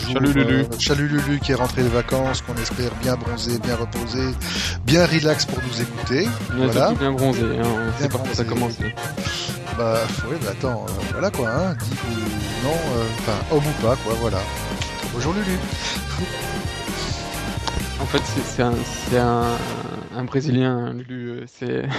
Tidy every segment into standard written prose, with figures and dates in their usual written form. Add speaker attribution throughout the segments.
Speaker 1: Bonjour.
Speaker 2: Salut Lulu.
Speaker 1: Salut Lulu qui est rentré de vacances, qu'on espère bien bronzé, bien reposé, bien relax pour nous écouter.
Speaker 2: On est
Speaker 1: Voilà.
Speaker 2: surtout bien bronzé, hein. On
Speaker 1: Bien
Speaker 2: sait pas quand ça
Speaker 1: bronzé.
Speaker 2: commence.
Speaker 1: Bah ouais, bah attends, voilà quoi, hein, dit ou non, enfin homme ou pas quoi, voilà. Bonjour Lulu.
Speaker 2: En fait, c'est un Brésilien, Lulu. C'est.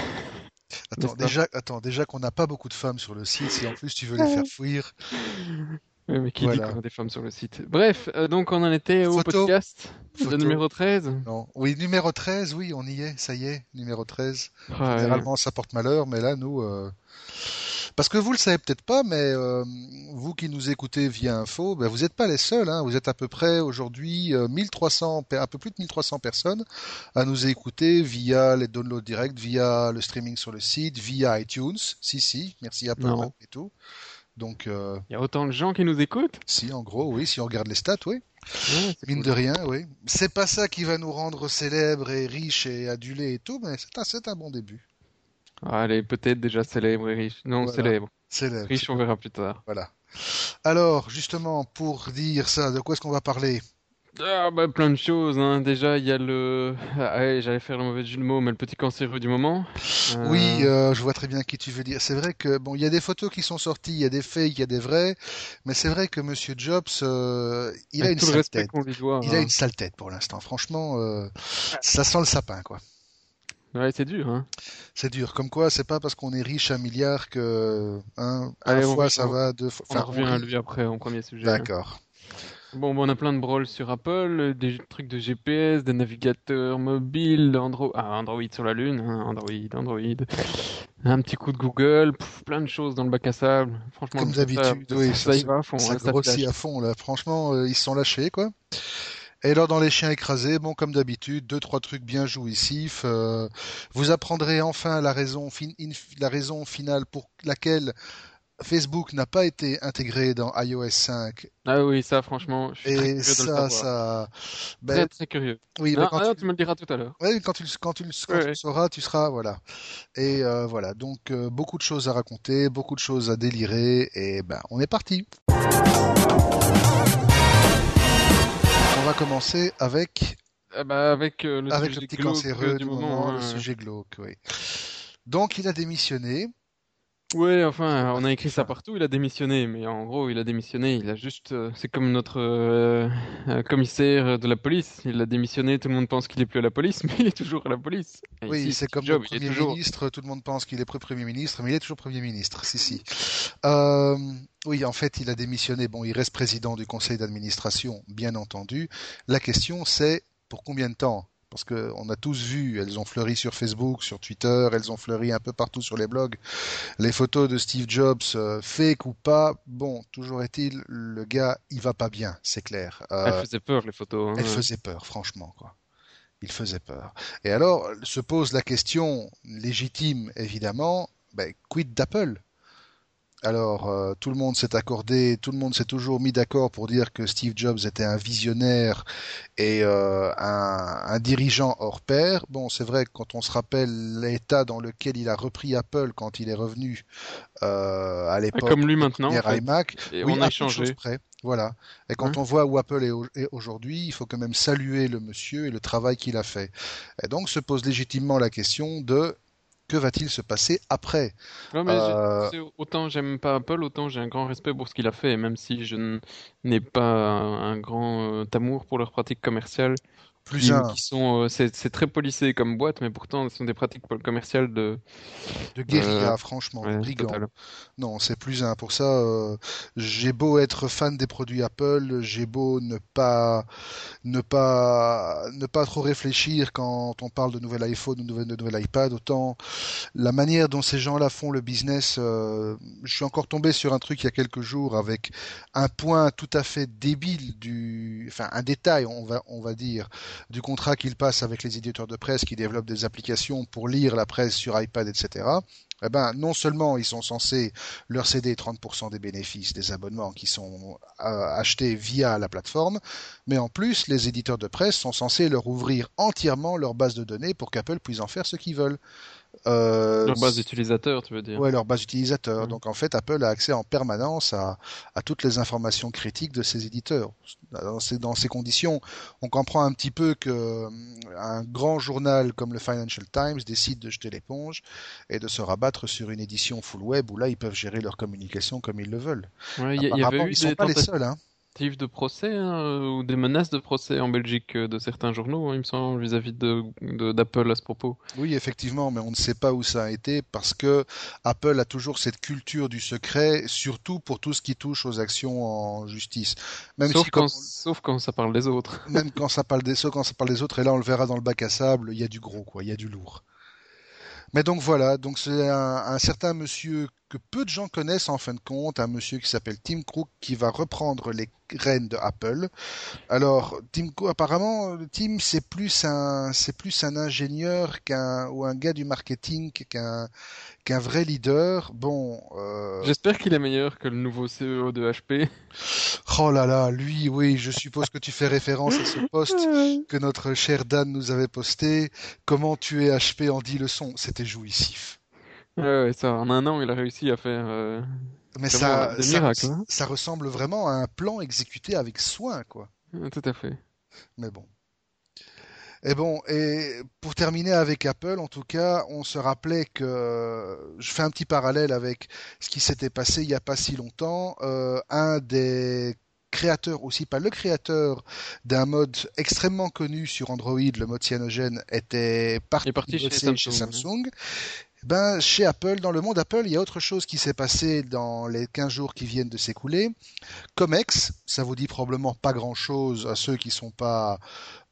Speaker 1: Attends, déjà qu'on n'a pas beaucoup de femmes sur le site, si en plus tu veux les faire fuir,
Speaker 2: Ouais, mais qui dit
Speaker 1: voilà.
Speaker 2: qu'on a des femmes sur le site? Bref, donc on en était au
Speaker 1: Photo,
Speaker 2: podcast, le
Speaker 1: photo.
Speaker 2: numéro 13.
Speaker 1: Non. Oui, numéro 13, oui, on y est, ça y est, numéro 13.
Speaker 2: Ouais.
Speaker 1: Généralement, ça porte malheur, mais là, nous... Parce que vous le savez peut-être pas, mais vous qui nous écoutez via Info, ben, vous n'êtes pas les seuls, hein. Vous êtes à peu près aujourd'hui 1300, un peu plus de 1300 personnes à nous écouter via les downloads directs, via le streaming sur le site, via iTunes. Si, merci Apple
Speaker 2: Non.
Speaker 1: et tout. Donc,
Speaker 2: Il y a autant de gens qui nous écoutent?
Speaker 1: si, en gros, oui, si on regarde les stats, oui.
Speaker 2: Ouais, c'est
Speaker 1: Mine
Speaker 2: cool.
Speaker 1: de rien, oui. C'est pas ça qui va nous rendre célèbres et riches et adulés et tout, mais c'est un bon début.
Speaker 2: Allez, peut-être déjà célèbre et riche. Non,
Speaker 1: Voilà.
Speaker 2: célèbre.
Speaker 1: Célèbre,
Speaker 2: Riche, on
Speaker 1: célèbre.
Speaker 2: verra plus tard.
Speaker 1: Voilà. Alors, justement, pour dire ça, de quoi est-ce qu'on va parler?
Speaker 2: Ah, bah, plein de choses, hein. Déjà, il y a le. Ah, ouais, j'allais faire le mauvais jeu de mots, mais le petit cancéreux du moment.
Speaker 1: Oui,
Speaker 2: Euh,
Speaker 1: je vois très bien qui tu veux dire. C'est vrai que bon, il y a des photos qui sont sorties, il y a des fakes, il y a des vrais, mais c'est vrai que Monsieur Jobs, il a
Speaker 2: Avec
Speaker 1: une
Speaker 2: tout le
Speaker 1: sale
Speaker 2: respect
Speaker 1: tête.
Speaker 2: qu'on lui doit,
Speaker 1: Il a une
Speaker 2: hein.
Speaker 1: sale tête pour l'instant. Franchement, ça sent le sapin, quoi.
Speaker 2: Ouais, c'est dur, hein.
Speaker 1: C'est dur. Comme quoi, c'est pas parce qu'on est riche à milliards que un
Speaker 2: Allez,
Speaker 1: fois ça va, deux fois.
Speaker 2: on en
Speaker 1: Enfin, on
Speaker 2: revient à
Speaker 1: rit.
Speaker 2: lui après, en premier sujet, hein.
Speaker 1: D'accord.
Speaker 2: Bon, on a plein de brawls sur Apple, des trucs de GPS, des navigateurs mobiles, Android sur la Lune, hein, Android. Un petit coup de Google, plein de choses dans le bac à sable. Franchement, le
Speaker 1: Comme
Speaker 2: bac à sable,
Speaker 1: d'habitude, oui,
Speaker 2: ça y va à fond,
Speaker 1: ça
Speaker 2: hein, ça
Speaker 1: grossit
Speaker 2: flash.
Speaker 1: à fond là. Franchement, ils se sont lâchés, quoi. Et alors dans les chiens écrasés, bon comme d'habitude, deux trois trucs bien jouissifs. Vous apprendrez enfin la raison finale pour laquelle Facebook n'a pas été intégré dans iOS 5.
Speaker 2: Ah oui, ça, franchement, je suis très
Speaker 1: Et
Speaker 2: curieux de le savoir.
Speaker 1: ben,
Speaker 2: Très, très curieux.
Speaker 1: oui, ben
Speaker 2: Non, ah non, tu me le diras tout à l'heure.
Speaker 1: quand
Speaker 2: Ouais,
Speaker 1: tu le
Speaker 2: ouais.
Speaker 1: sauras, tu seras, voilà. Et voilà, donc beaucoup de choses à raconter, beaucoup de choses à délirer, et ben on est parti. On va commencer
Speaker 2: Bah, avec le
Speaker 1: avec le
Speaker 2: sujet
Speaker 1: petit
Speaker 2: glauque
Speaker 1: cancéreux
Speaker 2: du
Speaker 1: du
Speaker 2: moment,
Speaker 1: moment, le
Speaker 2: hein.
Speaker 1: sujet glauque, oui. Donc il a démissionné.
Speaker 2: Ouais,
Speaker 1: Il est
Speaker 2: enfin, on a écrit
Speaker 1: parti.
Speaker 2: ça
Speaker 1: Enfin,
Speaker 2: partout, il a démissionné, mais en gros, il a démissionné, il a juste, c'est comme notre commissaire de la police, il a démissionné, tout le monde pense qu'il est plus à la police, mais il est toujours à la police. Et
Speaker 1: oui,
Speaker 2: ici,
Speaker 1: c'est
Speaker 2: Steve
Speaker 1: comme notre
Speaker 2: Jobs, il est
Speaker 1: Premier
Speaker 2: toujours.
Speaker 1: ministre. Tout le monde pense qu'il est Premier ministre, mais il est toujours Premier ministre. Si. Euh, oui, en fait, il a démissionné. Bon, il reste président du conseil d'administration, bien entendu. La question, c'est pour combien de temps? Parce que on a tous vu, elles ont fleuri sur Facebook, sur Twitter, elles ont fleuri un peu partout sur les blogs. Les photos de Steve Jobs, fake ou pas, bon, toujours est-il, le gars, il va pas bien, c'est clair.
Speaker 2: Elle faisait peur, les photos,
Speaker 1: Elle
Speaker 2: hein.
Speaker 1: faisait peur, franchement, quoi. Il faisait peur. Et alors se pose la question légitime, évidemment, ben, quid d'Apple? Alors, tout le monde s'est accordé, tout le monde s'est toujours mis d'accord pour dire que Steve Jobs était un visionnaire et un dirigeant hors pair. Bon, c'est vrai que quand on se rappelle l'état dans lequel il a repris Apple quand il est revenu à
Speaker 2: Ah,
Speaker 1: l'époque
Speaker 2: comme lui
Speaker 1: des
Speaker 2: maintenant, en
Speaker 1: premières
Speaker 2: fait.
Speaker 1: iMac,
Speaker 2: Et
Speaker 1: oui,
Speaker 2: on a
Speaker 1: à peu de choses
Speaker 2: échangé,
Speaker 1: près. Voilà. Et quand
Speaker 2: hein.
Speaker 1: on voit où Apple est aujourd'hui, il faut quand même saluer le monsieur et le travail qu'il a fait. Et donc se pose légitimement la question de que va-t-il se passer après?
Speaker 2: Ouais, mais tu
Speaker 1: Euh,
Speaker 2: sais, autant j'aime pas Apple, autant j'ai un grand respect pour ce qu'il a fait, même si n'ai pas un grand amour pour leurs pratiques commerciales.
Speaker 1: plus un,
Speaker 2: Qui sont c'est très policé comme boîte, mais pourtant ce sont des pratiques commerciales de
Speaker 1: de
Speaker 2: euh,
Speaker 1: guérilla, franchement, de
Speaker 2: ouais,
Speaker 1: brigand.
Speaker 2: total.
Speaker 1: Non, c'est plus un. Pour ça, j'ai beau être fan des produits Apple, j'ai beau ne pas trop réfléchir quand on parle de nouvel iPhone ou de nouvel iPad, autant la manière dont ces gens-là font le business, je suis encore tombé sur un truc il y a quelques jours avec un point tout à fait débile enfin un détail, on va dire, du contrat qu'ils passent avec les éditeurs de presse qui développent des applications pour lire la presse sur iPad, etc. Eh ben, non seulement ils sont censés leur céder 30% des bénéfices des abonnements qui sont achetés via la plateforme, mais en plus, les éditeurs de presse sont censés leur ouvrir entièrement leur base de données pour qu'Apple puisse en faire ce qu'ils veulent. Euh,
Speaker 2: Leur base d'utilisateurs, tu veux dire.
Speaker 1: Ouais, leur base utilisateur.
Speaker 2: Ouais.
Speaker 1: Donc en fait, Apple a accès en permanence à toutes les informations critiques de ses éditeurs. Dans ces conditions, on comprend un petit peu que un grand journal comme le Financial Times décide de jeter l'éponge et de se rabattre sur une édition full web où là, ils peuvent gérer leur communication comme ils le veulent.
Speaker 2: Ouais, il y avait
Speaker 1: Apparemment,
Speaker 2: eu
Speaker 1: ils sont
Speaker 2: des
Speaker 1: pas les
Speaker 2: tentatives
Speaker 1: seuls, hein.
Speaker 2: de procès hein, ou des menaces de procès en Belgique de certains journaux, hein, il me semble, vis-à-vis d'Apple à ce propos.
Speaker 1: Oui, effectivement, mais on ne sait pas où ça a été parce que Apple a toujours cette culture du secret, surtout pour tout ce qui touche aux actions en justice. Même si, comme
Speaker 2: Sauf quand ça parle des autres.
Speaker 1: même quand ça parle quand ça parle des autres, et là on le verra dans le bac à sable, il y a du gros, quoi, il y a du lourd. Mais donc voilà, donc c'est un certain monsieur que peu de gens connaissent en fin de compte, un monsieur qui s'appelle Tim Cook qui va reprendre les rênes de Apple. Alors, apparemment, Tim, c'est plus un ingénieur ou un gars du marketing qu'un vrai leader. Bon,
Speaker 2: J'espère qu'il est meilleur que le nouveau CEO de HP.
Speaker 1: oh là là, lui, oui, je suppose que tu fais référence à ce post que notre cher Dan nous avait posté. Comment tuer HP en 10 leçons? C'était jouissif.
Speaker 2: Ouais, ça, en un an, il a réussi à faire
Speaker 1: Mais
Speaker 2: vraiment des miracles. Hein.
Speaker 1: ça ressemble vraiment à un plan exécuté avec soin, quoi.
Speaker 2: Tout à fait.
Speaker 1: Mais bon. Et bon, et pour terminer avec Apple, en tout cas, on se rappelait que je fais un petit parallèle avec ce qui s'était passé il n'y a pas si longtemps. Un des créateurs, aussi pas le créateur d'un mode extrêmement connu sur Android, le mode cyanogène, était
Speaker 2: Il est
Speaker 1: parti
Speaker 2: parti chez
Speaker 1: bosser chez
Speaker 2: Samsung. Hein.
Speaker 1: Samsung. Ben, chez Apple, dans le monde Apple, il y a autre chose qui s'est passé dans les 15 jours qui viennent de s'écouler. Comex, ça vous dit probablement pas grand-chose à ceux qui sont pas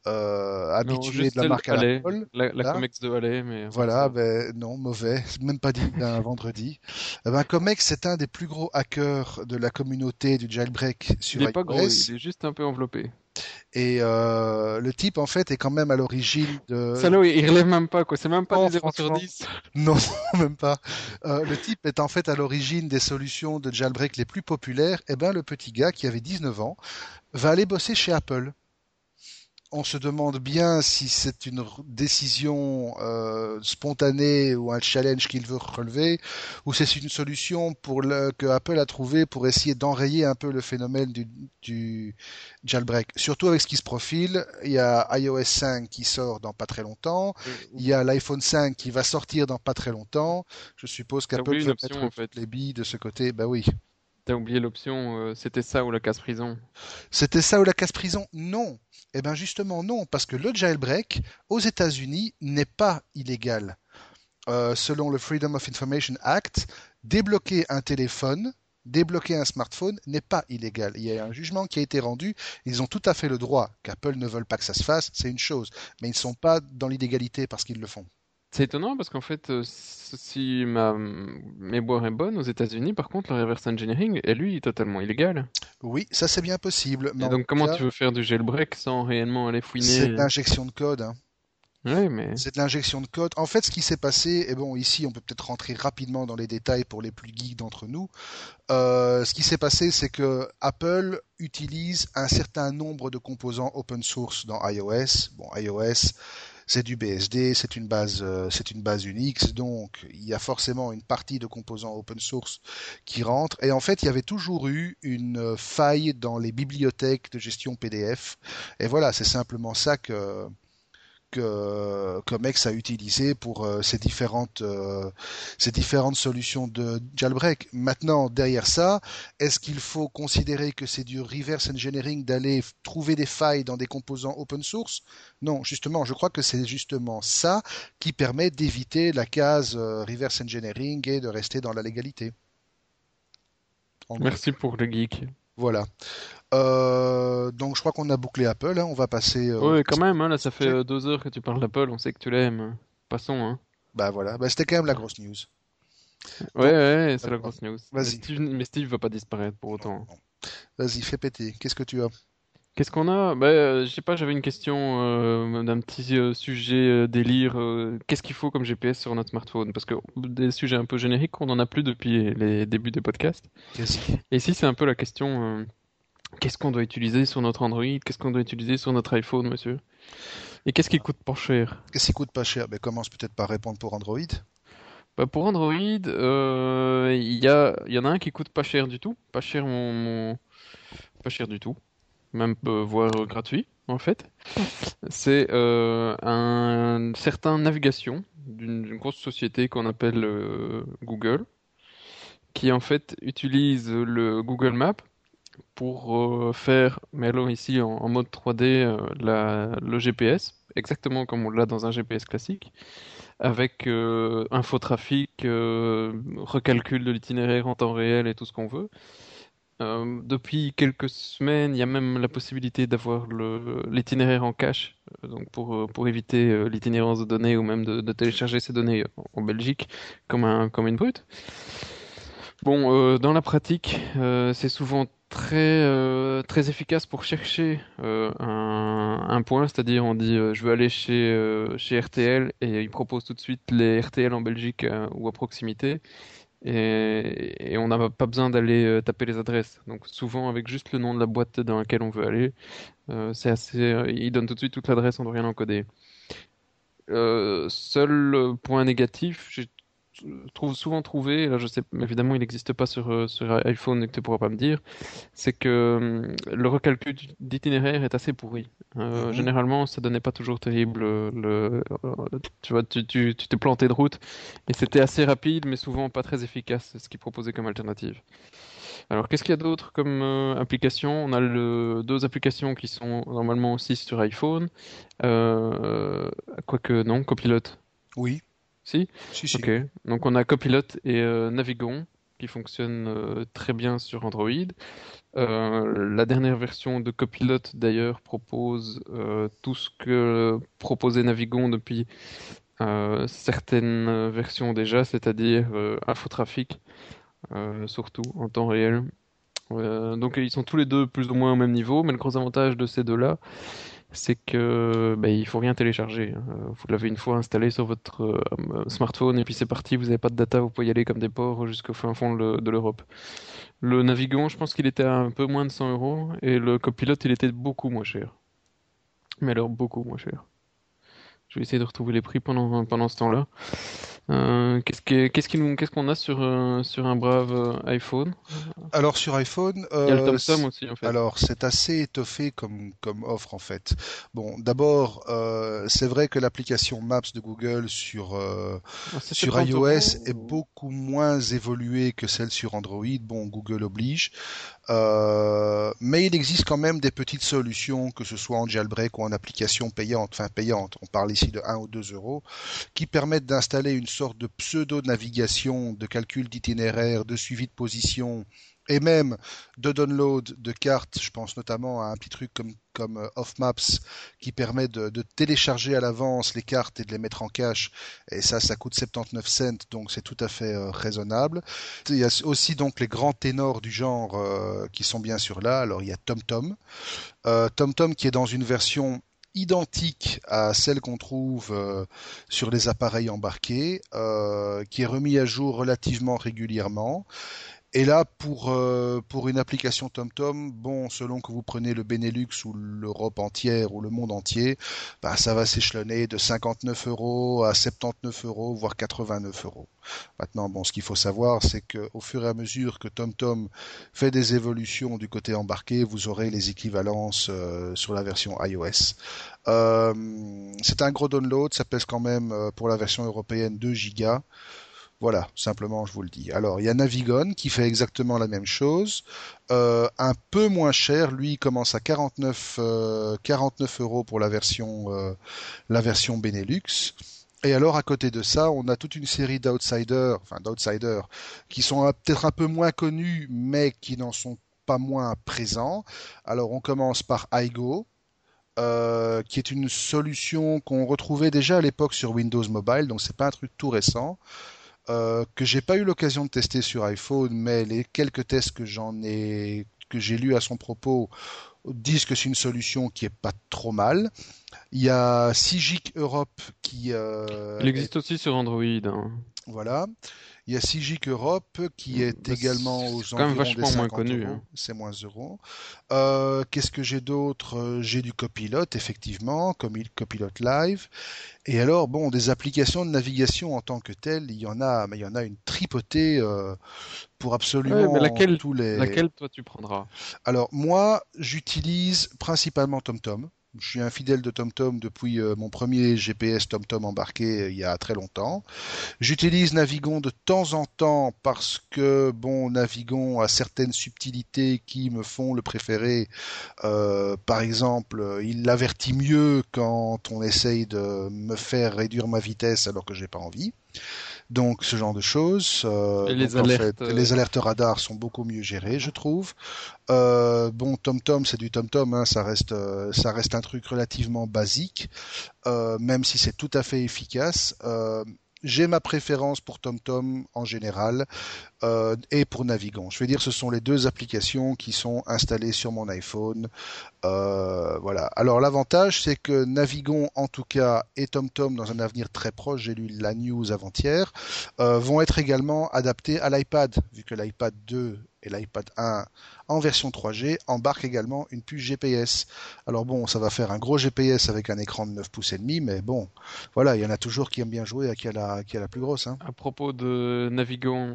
Speaker 2: Non,
Speaker 1: habitués de
Speaker 2: juste
Speaker 1: la
Speaker 2: celle
Speaker 1: marque à
Speaker 2: Allais,
Speaker 1: l'Apple.
Speaker 2: la
Speaker 1: Là.
Speaker 2: Comex de Allais, mais à part
Speaker 1: Voilà,
Speaker 2: ça.
Speaker 1: ben non, mauvais, c'est même pas dit un vendredi. Eh ben, Comex, c'est un des plus gros hackers de la communauté du jailbreak
Speaker 2: Il
Speaker 1: sur
Speaker 2: est pas gros,
Speaker 1: iOS.
Speaker 2: il est juste un peu enveloppé.
Speaker 1: Et le type, en fait, est quand même à l'origine de...
Speaker 2: Salaud, il relève même pas, quoi. C'est même pas
Speaker 1: Non,
Speaker 2: du 0 sur
Speaker 1: franchement,
Speaker 2: 10.
Speaker 1: non, même pas. Le type est en fait à l'origine des solutions de jailbreak les plus populaires. Eh ben, le petit gars qui avait 19 ans va aller bosser chez Apple. On se demande bien si c'est une décision spontanée ou un challenge qu'il veut relever, ou c'est une solution que Apple a trouvé pour essayer d'enrayer un peu le phénomène du jailbreak. Surtout avec ce qui se profile, il y a iOS 5 qui sort dans pas très longtemps, il y a l'iPhone 5 qui va sortir dans pas très longtemps. Je suppose
Speaker 2: T'as
Speaker 1: qu'Apple
Speaker 2: oublié une
Speaker 1: veut
Speaker 2: option,
Speaker 1: mettre
Speaker 2: en
Speaker 1: toutes
Speaker 2: fait.
Speaker 1: les billes de ce côté. Ben oui.
Speaker 2: T'as oublié l'option, c'était ça ou la casse-prison.
Speaker 1: C'était ça ou la casse-prison? Non. Eh bien justement non, parce que le jailbreak aux États-Unis n'est pas illégal. Selon le Freedom of Information Act, débloquer un téléphone, débloquer un smartphone n'est pas illégal. Il y a un jugement qui a été rendu. Ils ont tout à fait le droit. Qu'Apple ne veuille pas que ça se fasse, c'est une chose. Mais ils ne sont pas dans l'illégalité parce qu'ils le font.
Speaker 2: C'est étonnant parce qu'en fait, si ma mémoire est bonne, aux États-Unis, par contre, le reverse engineering est lui totalement illégal.
Speaker 1: Oui, ça c'est bien possible. Mais
Speaker 2: Et
Speaker 1: en
Speaker 2: donc,
Speaker 1: tout
Speaker 2: comment
Speaker 1: cas,
Speaker 2: tu veux faire du jailbreak sans réellement aller
Speaker 1: c'est de
Speaker 2: fouiner?
Speaker 1: l'injection de code, hein.
Speaker 2: Ouais, mais
Speaker 1: C'est de l'injection de code. En fait, ce qui s'est passé, et bon, ici, on peut peut-être rentrer rapidement dans les détails pour les plus geeks d'entre nous. Ce qui s'est passé, c'est que Apple utilise un certain nombre de composants open source dans iOS. Bon, iOS, c'est du BSD, c'est une base Unix, donc il y a forcément une partie de composants open source qui rentre. Et en fait, il y avait toujours eu une faille dans les bibliothèques de gestion PDF. Et voilà, c'est simplement ça que Comex a utilisé pour ces différentes solutions de jailbreak. Maintenant, derrière ça, est-ce qu'il faut considérer que c'est du reverse engineering d'aller trouver des failles dans des composants open source? Non, justement, je crois que c'est justement ça qui permet d'éviter la case reverse engineering et de rester dans la légalité. En gros.
Speaker 2: merci pour le geek.
Speaker 1: Voilà. Donc je crois qu'on a bouclé Apple, hein. On va passer au
Speaker 2: Ouais, quand même, hein, là, ça fait
Speaker 1: sujet.
Speaker 2: 2 heures que tu parles d'Apple, on sait que tu l'aimes. Passons, hein.
Speaker 1: Bah voilà, bah, c'était quand même la grosse news.
Speaker 2: Ouais,
Speaker 1: Donc,
Speaker 2: ouais, c'est la
Speaker 1: alors,
Speaker 2: grosse news.
Speaker 1: vas-y.
Speaker 2: Mais Steve va pas disparaître pour
Speaker 1: Non,
Speaker 2: autant.
Speaker 1: non. Vas-y, fais péter. Qu'est-ce que tu as?
Speaker 2: Qu'est-ce qu'on a? Bah, je sais pas, j'avais une question d'un petit sujet délire. Qu'est-ce qu'il faut comme GPS sur notre smartphone? Parce que des sujets un peu génériques, on en a plus depuis les débuts des podcasts.
Speaker 1: Vas-y.
Speaker 2: Et ici, c'est un peu la question, qu'est-ce qu'on doit utiliser sur notre Android? Qu'est-ce qu'on doit utiliser sur notre iPhone, monsieur? Et qu'est-ce qui coûte pas cher?
Speaker 1: Qu'est-ce qui coûte pas cher? Ben, commence peut-être par répondre pour Android.
Speaker 2: Bah, pour Android, il y en a un qui coûte pas cher du tout, pas cher pas cher du tout, même voire gratuit en fait. C'est un certain navigation d'une grosse société qu'on appelle Google, qui en fait utilise le Google Maps pour faire, mais alors ici en mode 3D, le GPS, exactement comme on l'a dans un GPS classique, avec infotrafic, recalcul de l'itinéraire en temps réel et tout ce qu'on veut. Depuis quelques semaines, il y a même la possibilité d'avoir l'itinéraire en cache, donc pour éviter l'itinérance de données ou même de télécharger ces données en Belgique comme une brute. Bon, dans la pratique, c'est souvent très efficace pour chercher un point, c'est-à-dire on dit je veux aller chez RTL et il propose tout de suite les RTL en Belgique ou à proximité et on n'a pas besoin d'aller taper les adresses. Donc souvent avec juste le nom de la boîte dans laquelle on veut aller, c'est assez, il donne tout de suite toute l'adresse, on ne doit rien encoder. Seul point négatif, j'ai trouve souvent trouvé, là je sais évidemment il n'existe pas sur iPhone et que tu pourras pas me dire, c'est que le recalcul d'itinéraire est assez pourri.
Speaker 1: Mhm.
Speaker 2: Généralement ça donnait pas toujours terrible, tu vois, tu t'es planté de route et c'était assez rapide mais souvent pas très efficace ce qu'il proposait comme alternative. Alors qu'est-ce qu'il y a d'autre comme application? On a deux applications qui sont normalement aussi sur iPhone, euh, quoique non, Copilot.
Speaker 1: Oui,
Speaker 2: Si?
Speaker 1: si,
Speaker 2: Ok.
Speaker 1: si.
Speaker 2: Donc on a Copilot et Navigon qui fonctionnent très bien sur Android. La dernière version de Copilot d'ailleurs propose tout ce que proposait Navigon depuis certaines versions déjà, c'est-à-dire infotrafic surtout en temps réel. Donc ils sont tous les deux plus ou moins au même niveau, mais le gros avantage de ces deux-là, c'est que il faut rien télécharger, hein. Vous l'avez une fois installé sur votre smartphone et puis c'est parti, vous n'avez pas de data, vous pouvez y aller comme des porcs jusqu'au fin fond de l'Europe. Le Navigon, je pense qu'il était à un peu moins de 100 euros et le copilote, il était beaucoup moins cher. Mais alors beaucoup moins cher. Je vais essayer de retrouver les prix pendant ce temps-là. Qu'est-ce qu'on a sur un brave iPhone?
Speaker 1: Alors sur iPhone,
Speaker 2: Il y a le TomTom aussi en fait.
Speaker 1: alors c'est assez étoffé comme offre en fait. Bon, d'abord, c'est vrai que l'application Maps de Google
Speaker 2: Ah, c'est
Speaker 1: sur
Speaker 2: 70
Speaker 1: iOS est
Speaker 2: euros.
Speaker 1: beaucoup moins évoluée que celle sur Android. Bon, Google oblige. Mais il existe quand même des petites solutions, que ce soit en jailbreak ou en application payante, enfin payante, on parle ici de 1 ou 2 euros, qui permettent d'installer une sorte de pseudo-navigation, de calcul d'itinéraire, de suivi de position, et même de download de cartes. Je pense notamment à un petit truc comme Off Maps qui permet de télécharger à l'avance les cartes et de les mettre en cache. Et ça coûte 79 cents, donc c'est tout à fait raisonnable. Il y a aussi donc les grands ténors du genre qui sont bien sûr là. Alors il y a TomTom. TomTom qui est dans une version identique à celle qu'on trouve sur les appareils embarqués, qui est remis à jour relativement régulièrement. Et là, pour une application TomTom, bon, selon que vous prenez le Benelux ou l'Europe entière ou le monde entier, bah, ça va s'échelonner de 59 euros à 79 euros, voire 89 euros. Maintenant, bon, ce qu'il faut savoir, c'est qu'au fur et à mesure que TomTom fait des évolutions du côté embarqué, vous aurez les équivalences sur la version iOS. C'est un gros download, ça pèse quand même pour la version européenne 2 gigas. Voilà, simplement, je vous le dis. Alors, il y a Navigon qui fait exactement la même chose, un peu moins cher. Lui, il commence à 49 euros pour la version Benelux. Et alors, à côté de ça, on a toute une série d'outsiders, qui sont peut-être un peu moins connus, mais qui n'en sont pas moins présents. Alors, on commence par iGo, qui est une solution qu'on retrouvait déjà à l'époque sur Windows Mobile, donc c'est pas un truc tout récent, que j'ai pas eu l'occasion de tester sur iPhone, mais les quelques tests que j'ai lus à son propos disent que c'est une solution qui est pas trop mal. Il y a Sigic Europe qui
Speaker 2: Il
Speaker 1: est
Speaker 2: existe aussi sur Android, hein.
Speaker 1: voilà. Il y a Sigic Europe qui est
Speaker 2: Bah,
Speaker 1: également
Speaker 2: c'est
Speaker 1: aux
Speaker 2: quand même
Speaker 1: environs des
Speaker 2: vachement moins
Speaker 1: 50
Speaker 2: connu,
Speaker 1: euros.
Speaker 2: hein.
Speaker 1: C'est moins euros. Qu'est-ce que j'ai d'autre? J'ai du Copilot, effectivement, comme Copilot Live. Et alors, bon, des applications de navigation en tant que telles, il y en a, mais il y en a une tripotée pour
Speaker 2: Ouais, mais
Speaker 1: absolument
Speaker 2: laquelle,
Speaker 1: tous les.
Speaker 2: laquelle toi tu prendras?
Speaker 1: Alors, moi, j'utilise principalement TomTom. Je suis un fidèle de TomTom depuis mon premier GPS TomTom embarqué il y a très longtemps. J'utilise Navigon de temps en temps parce que, bon, Navigon a certaines subtilités qui me font le préférer. Par exemple, il l'avertit mieux quand on essaye de me faire réduire ma vitesse alors que j'ai pas envie. Donc ce genre de choses.
Speaker 2: Et les
Speaker 1: Donc en fait,
Speaker 2: alertes,
Speaker 1: les alertes radars sont beaucoup mieux gérées, je trouve. Bon, TomTom, c'est du TomTom, hein, ça reste un truc relativement basique, même si c'est tout à fait efficace. J'ai ma préférence pour TomTom en général et pour Navigon. Je vais dire, ce sont les deux applications qui sont installées sur mon iPhone. Voilà. Alors l'avantage, c'est que Navigon, en tout cas, et TomTom, dans un avenir très proche, j'ai lu la news avant-hier, vont être également adaptés à l'iPad, vu que l'iPad 2 et l'iPad 1 en version 3G embarquent également une puce GPS. Alors bon, ça va faire un gros GPS avec un écran de 9 pouces et demi, mais bon, voilà, il y en a toujours qui aiment bien jouer à qui a la plus grosse, hein.
Speaker 2: à propos de Navigon,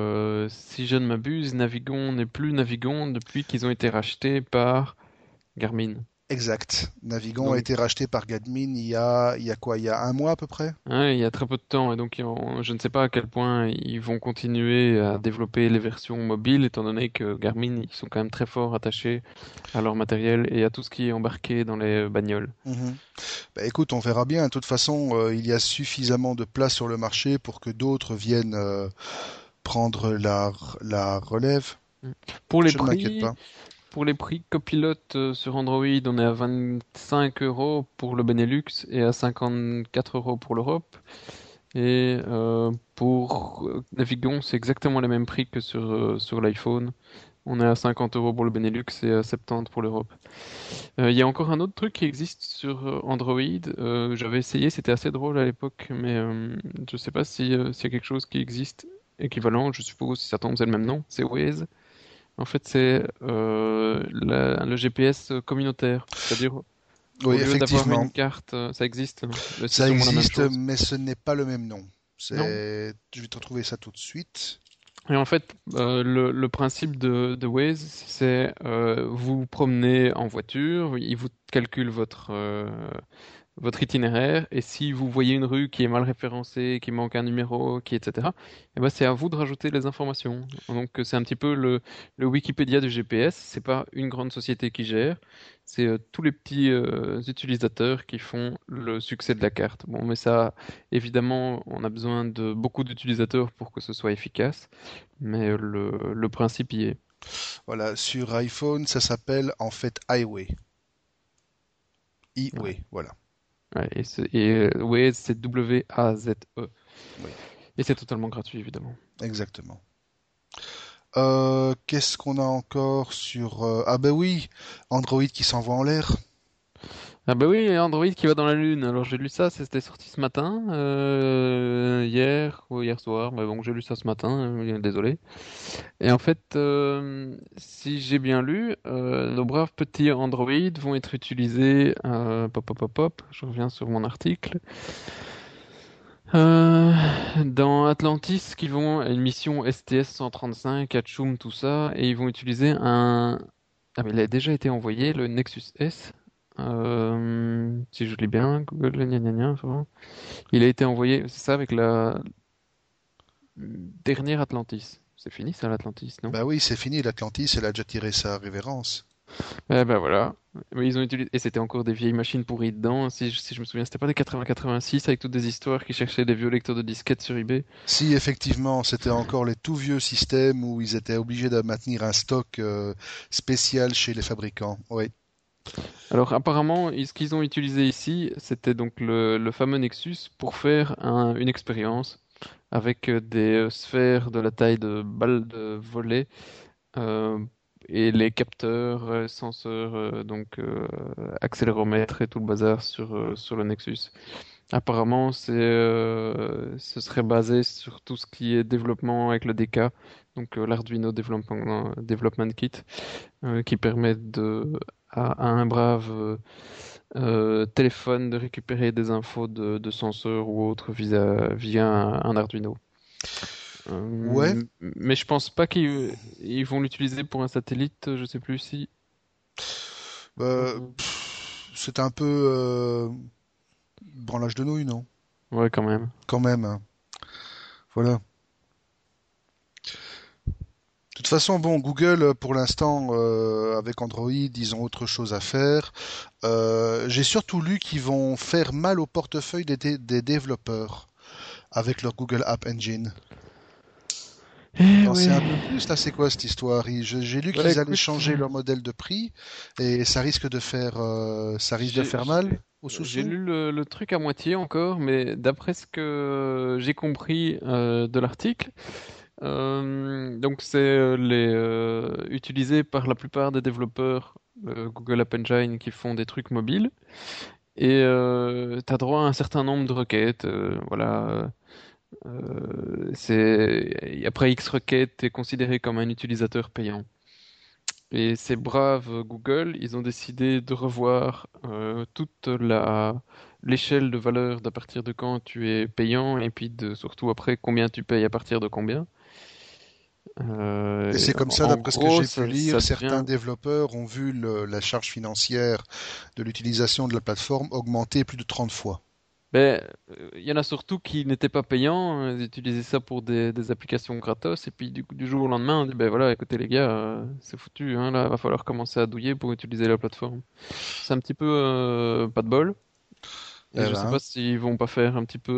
Speaker 2: si je ne m'abuse, Navigon n'est plus Navigon depuis qu'ils ont été rachetés par Garmin.
Speaker 1: Exact. Navigon a
Speaker 2: Donc,
Speaker 1: été racheté par Garmin il y a quoi? Il y a un mois à peu près?
Speaker 2: hein, il y a très peu de temps, et donc je ne sais pas à quel point ils vont continuer à développer les versions mobiles, étant donné que Garmin, ils sont quand même très fort attachés à leur matériel et à tout ce qui est embarqué dans les bagnoles.
Speaker 1: Mhm. Bah, écoute, on verra bien. De toute façon, il y a suffisamment de place sur le marché pour que d'autres viennent prendre la relève.
Speaker 2: Mm. Pour les
Speaker 1: Je ne m'inquiète
Speaker 2: prix,
Speaker 1: pas.
Speaker 2: pour les prix copilote sur Android, on est à 25 euros pour le Benelux et à 54 euros pour l'Europe. Et pour Navigon, c'est exactement les mêmes prix que sur l'iPhone. On est à 50 euros pour le Benelux et à 70 pour l'Europe. Il y a encore un autre truc qui existe sur Android. J'avais essayé, c'était assez drôle à l'époque, mais je sais pas si, s'il y a quelque chose qui existe équivalent. Je suppose, si ça tombe, c'est le même nom. C'est Waze. En fait, c'est le GPS communautaire. C'est-à-dire, au
Speaker 1: Oui,
Speaker 2: lieu d'avoir
Speaker 1: effectivement,
Speaker 2: une carte, ça existe, hein. C'est
Speaker 1: ça
Speaker 2: sûrement la même
Speaker 1: existe,
Speaker 2: chose.
Speaker 1: mais ce n'est pas le même nom.
Speaker 2: Non?
Speaker 1: Je vais te retrouver ça tout de suite.
Speaker 2: Et en fait, le principe de Waze, c'est vous vous promenez en voiture, il vous calcule votre itinéraire, et si vous voyez une rue qui est mal référencée, qui manque un numéro, etc., eh ben c'est à vous de rajouter les informations. Donc c'est un petit peu le Wikipédia du GPS. C'est pas une grande société qui gère, c'est tous les petits utilisateurs qui font le succès de la carte. Bon, mais ça, évidemment, on a besoin de beaucoup d'utilisateurs pour que ce soit efficace, mais le principe y est.
Speaker 1: Voilà, sur iPhone, ça s'appelle en fait Highway.
Speaker 2: Ouais.
Speaker 1: Highway, voilà.
Speaker 2: Ouais, Waze, c'est W-A-Z-E.
Speaker 1: Oui,
Speaker 2: Et c'est totalement gratuit, évidemment.
Speaker 1: exactement. Qu'est-ce qu'on a encore sur... Ah ben oui, Android qui s'envoie en l'air.
Speaker 2: Ah bah oui, Android qui va dans la Lune. Alors j'ai lu ça, c'était sorti ce matin, hier ou hier soir, mais bon, j'ai lu ça ce matin, désolé. Et en fait, si j'ai bien lu, nos braves petits Android vont être utilisés, pop, pop, pop, pop, je reviens sur mon article, euh, dans Atlantis, qui vont à une mission STS-135, à Tchoum, tout ça, et ils vont utiliser un... Ah mais il a déjà été envoyé, le Nexus S. Si je lis bien, Google, gna gna gna, ça va. Il a été envoyé, c'est ça, avec la dernière Atlantis. C'est fini ça, l'Atlantis, non?
Speaker 1: Bah oui, c'est fini, l'Atlantis, elle a déjà tiré sa révérence.
Speaker 2: Eh ben voilà. Mais ils ont utilisé... Et c'était encore des vieilles machines pourries dedans. Si je me souviens, c'était pas des 80-86 avec toutes des histoires qui cherchaient des vieux lecteurs de disquettes sur eBay.
Speaker 1: Si effectivement c'était encore les tout vieux systèmes où ils étaient obligés de maintenir un stock spécial chez les fabricants. Oui.
Speaker 2: Alors apparemment, ce qu'ils ont utilisé ici, c'était donc le fameux Nexus pour faire une expérience avec des sphères de la taille de balles de volley euh, et les capteurs, senseurs, donc accéléromètre et tout le bazar sur le Nexus. Apparemment, ce serait basé sur tout ce qui est développement avec le DK, donc l'Arduino Development Kit, qui permet à un brave téléphone de récupérer des infos de senseurs ou autres via un Arduino.
Speaker 1: Ouais,
Speaker 2: Mais je pense pas qu'ils vont l'utiliser pour un satellite, je sais plus si. Euh,
Speaker 1: c'est un peu branlage de nouilles, non?
Speaker 2: ouais, quand même.
Speaker 1: Quand même, hein. Voilà. De toute façon, bon, Google, pour l'instant, avec Android, ils ont autre chose à faire. J'ai surtout lu qu'ils vont faire mal au portefeuille des développeurs avec leur Google App Engine.
Speaker 2: Eh
Speaker 1: T'en sais
Speaker 2: ouais.
Speaker 1: un peu plus, là, c'est quoi cette histoire? J'ai lu
Speaker 2: Bah
Speaker 1: qu'ils allaient
Speaker 2: écoute,
Speaker 1: changer leur modèle de prix et ça risque de
Speaker 2: j'ai
Speaker 1: faire
Speaker 2: j'ai-
Speaker 1: mal aux
Speaker 2: j'ai
Speaker 1: sous-sous.
Speaker 2: lu le truc à moitié encore, mais d'après ce que j'ai compris de l'article, donc c'est utilisé par la plupart des développeurs Google App Engine qui font des trucs mobiles. Et tu as droit à un certain nombre de requêtes. Voilà. Après X requêtes, tu es considéré comme un utilisateur payant. Et ces braves Google, ils ont décidé de revoir toute l'échelle de valeur d'à partir de quand tu es payant et puis surtout après combien tu payes à partir de combien.
Speaker 1: Et c'est comme ça,
Speaker 2: En
Speaker 1: d'après ce que
Speaker 2: gros,
Speaker 1: j'ai pu
Speaker 2: ça
Speaker 1: lire, certains
Speaker 2: devient.
Speaker 1: développeurs ont vu la charge financière de l'utilisation de la plateforme augmenter plus de 30 fois.
Speaker 2: Ben, il y en a surtout qui n'étaient pas payants, ils utilisaient ça pour des applications gratos, et puis du jour au lendemain, on dit, ben voilà, écoutez les gars, c'est foutu, hein, là, va falloir commencer à douiller pour utiliser la plateforme. C'est un petit peu pas de bol, et
Speaker 1: Eh
Speaker 2: je sais
Speaker 1: ben,
Speaker 2: pas s'ils vont pas faire un petit peu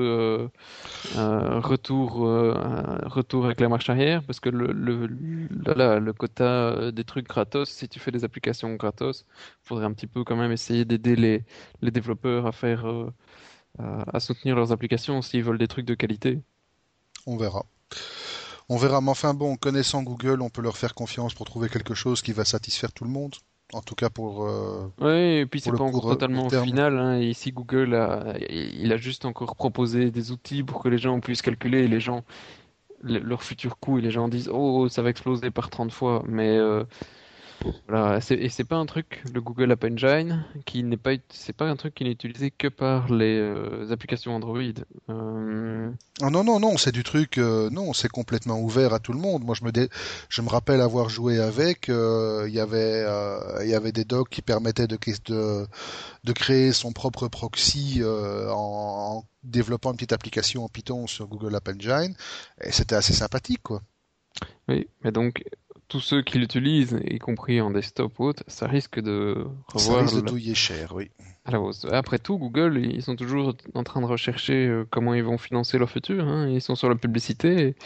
Speaker 2: un retour avec la marche arrière, parce que le quota des trucs gratos, si tu fais des applications gratos, faudrait un petit peu quand même essayer d'aider les développeurs à faire à soutenir leurs applications s'ils veulent des trucs de qualité.
Speaker 1: on verra. On verra, mais enfin bon, connaissant Google, on peut leur faire confiance pour trouver quelque chose qui va satisfaire tout le monde. En tout cas
Speaker 2: Ouais, et puis c'est
Speaker 1: pour le
Speaker 2: pas encore
Speaker 1: court
Speaker 2: totalement
Speaker 1: terme.
Speaker 2: final, hein. Et ici, Google il a juste encore proposé des outils pour que les gens puissent calculer les gens, leur futur coût et les gens disent, oh, ça va exploser par 30 fois. Mais voilà, et c'est pas un truc, le Google App Engine, c'est pas un truc qui n'est utilisé que par les applications Android. Euh,
Speaker 1: Ah non, non, non, c'est du truc, non, c'est complètement ouvert à tout le monde. Moi, je me rappelle avoir joué avec, il y avait des docs qui permettaient de créer son propre proxy en développant une petite application en Python sur Google App Engine, et c'était assez sympathique, quoi.
Speaker 2: oui, mais donc, tous ceux qui l'utilisent, y compris en desktop ou autre, ça risque de
Speaker 1: Ça
Speaker 2: revoir
Speaker 1: risque de douiller cher, oui.
Speaker 2: à la hausse. Après tout, Google, ils sont toujours en train de rechercher comment ils vont financer leur futur, hein. Ils sont sur la publicité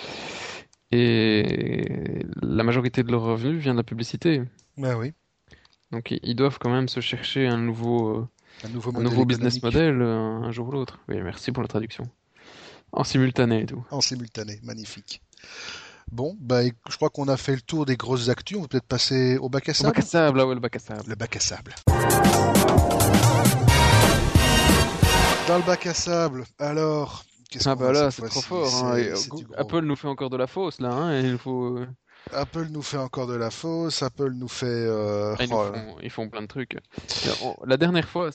Speaker 2: et la majorité de leurs revenus vient de la publicité.
Speaker 1: Ben oui,
Speaker 2: Donc ils doivent quand même se chercher
Speaker 1: un nouveau
Speaker 2: un
Speaker 1: modèle
Speaker 2: nouveau business
Speaker 1: économique
Speaker 2: model un jour ou l'autre. Oui, merci pour la traduction. En simultané et tout.
Speaker 1: en simultané, magnifique. Bon, bah, je crois qu'on a fait le tour des grosses actus. On va peut-être passer au bac à
Speaker 2: Au bac à
Speaker 1: sable.
Speaker 2: sable, ah ouais, le bac à sable.
Speaker 1: Le bac à sable. Dans le bac à sable, alors, qu'est-ce
Speaker 2: Ah
Speaker 1: qu'on
Speaker 2: bah
Speaker 1: a
Speaker 2: là,
Speaker 1: cette
Speaker 2: c'est trop
Speaker 1: fois-ci?
Speaker 2: fort, hein. Et,
Speaker 1: C'est du gros.
Speaker 2: Apple nous fait encore de la fausse là, hein. Et il faut.
Speaker 1: Apple nous fait encore de la fausse. Apple nous fait.
Speaker 2: Ah,
Speaker 1: Oh,
Speaker 2: ils font plein de trucs. La dernière fois,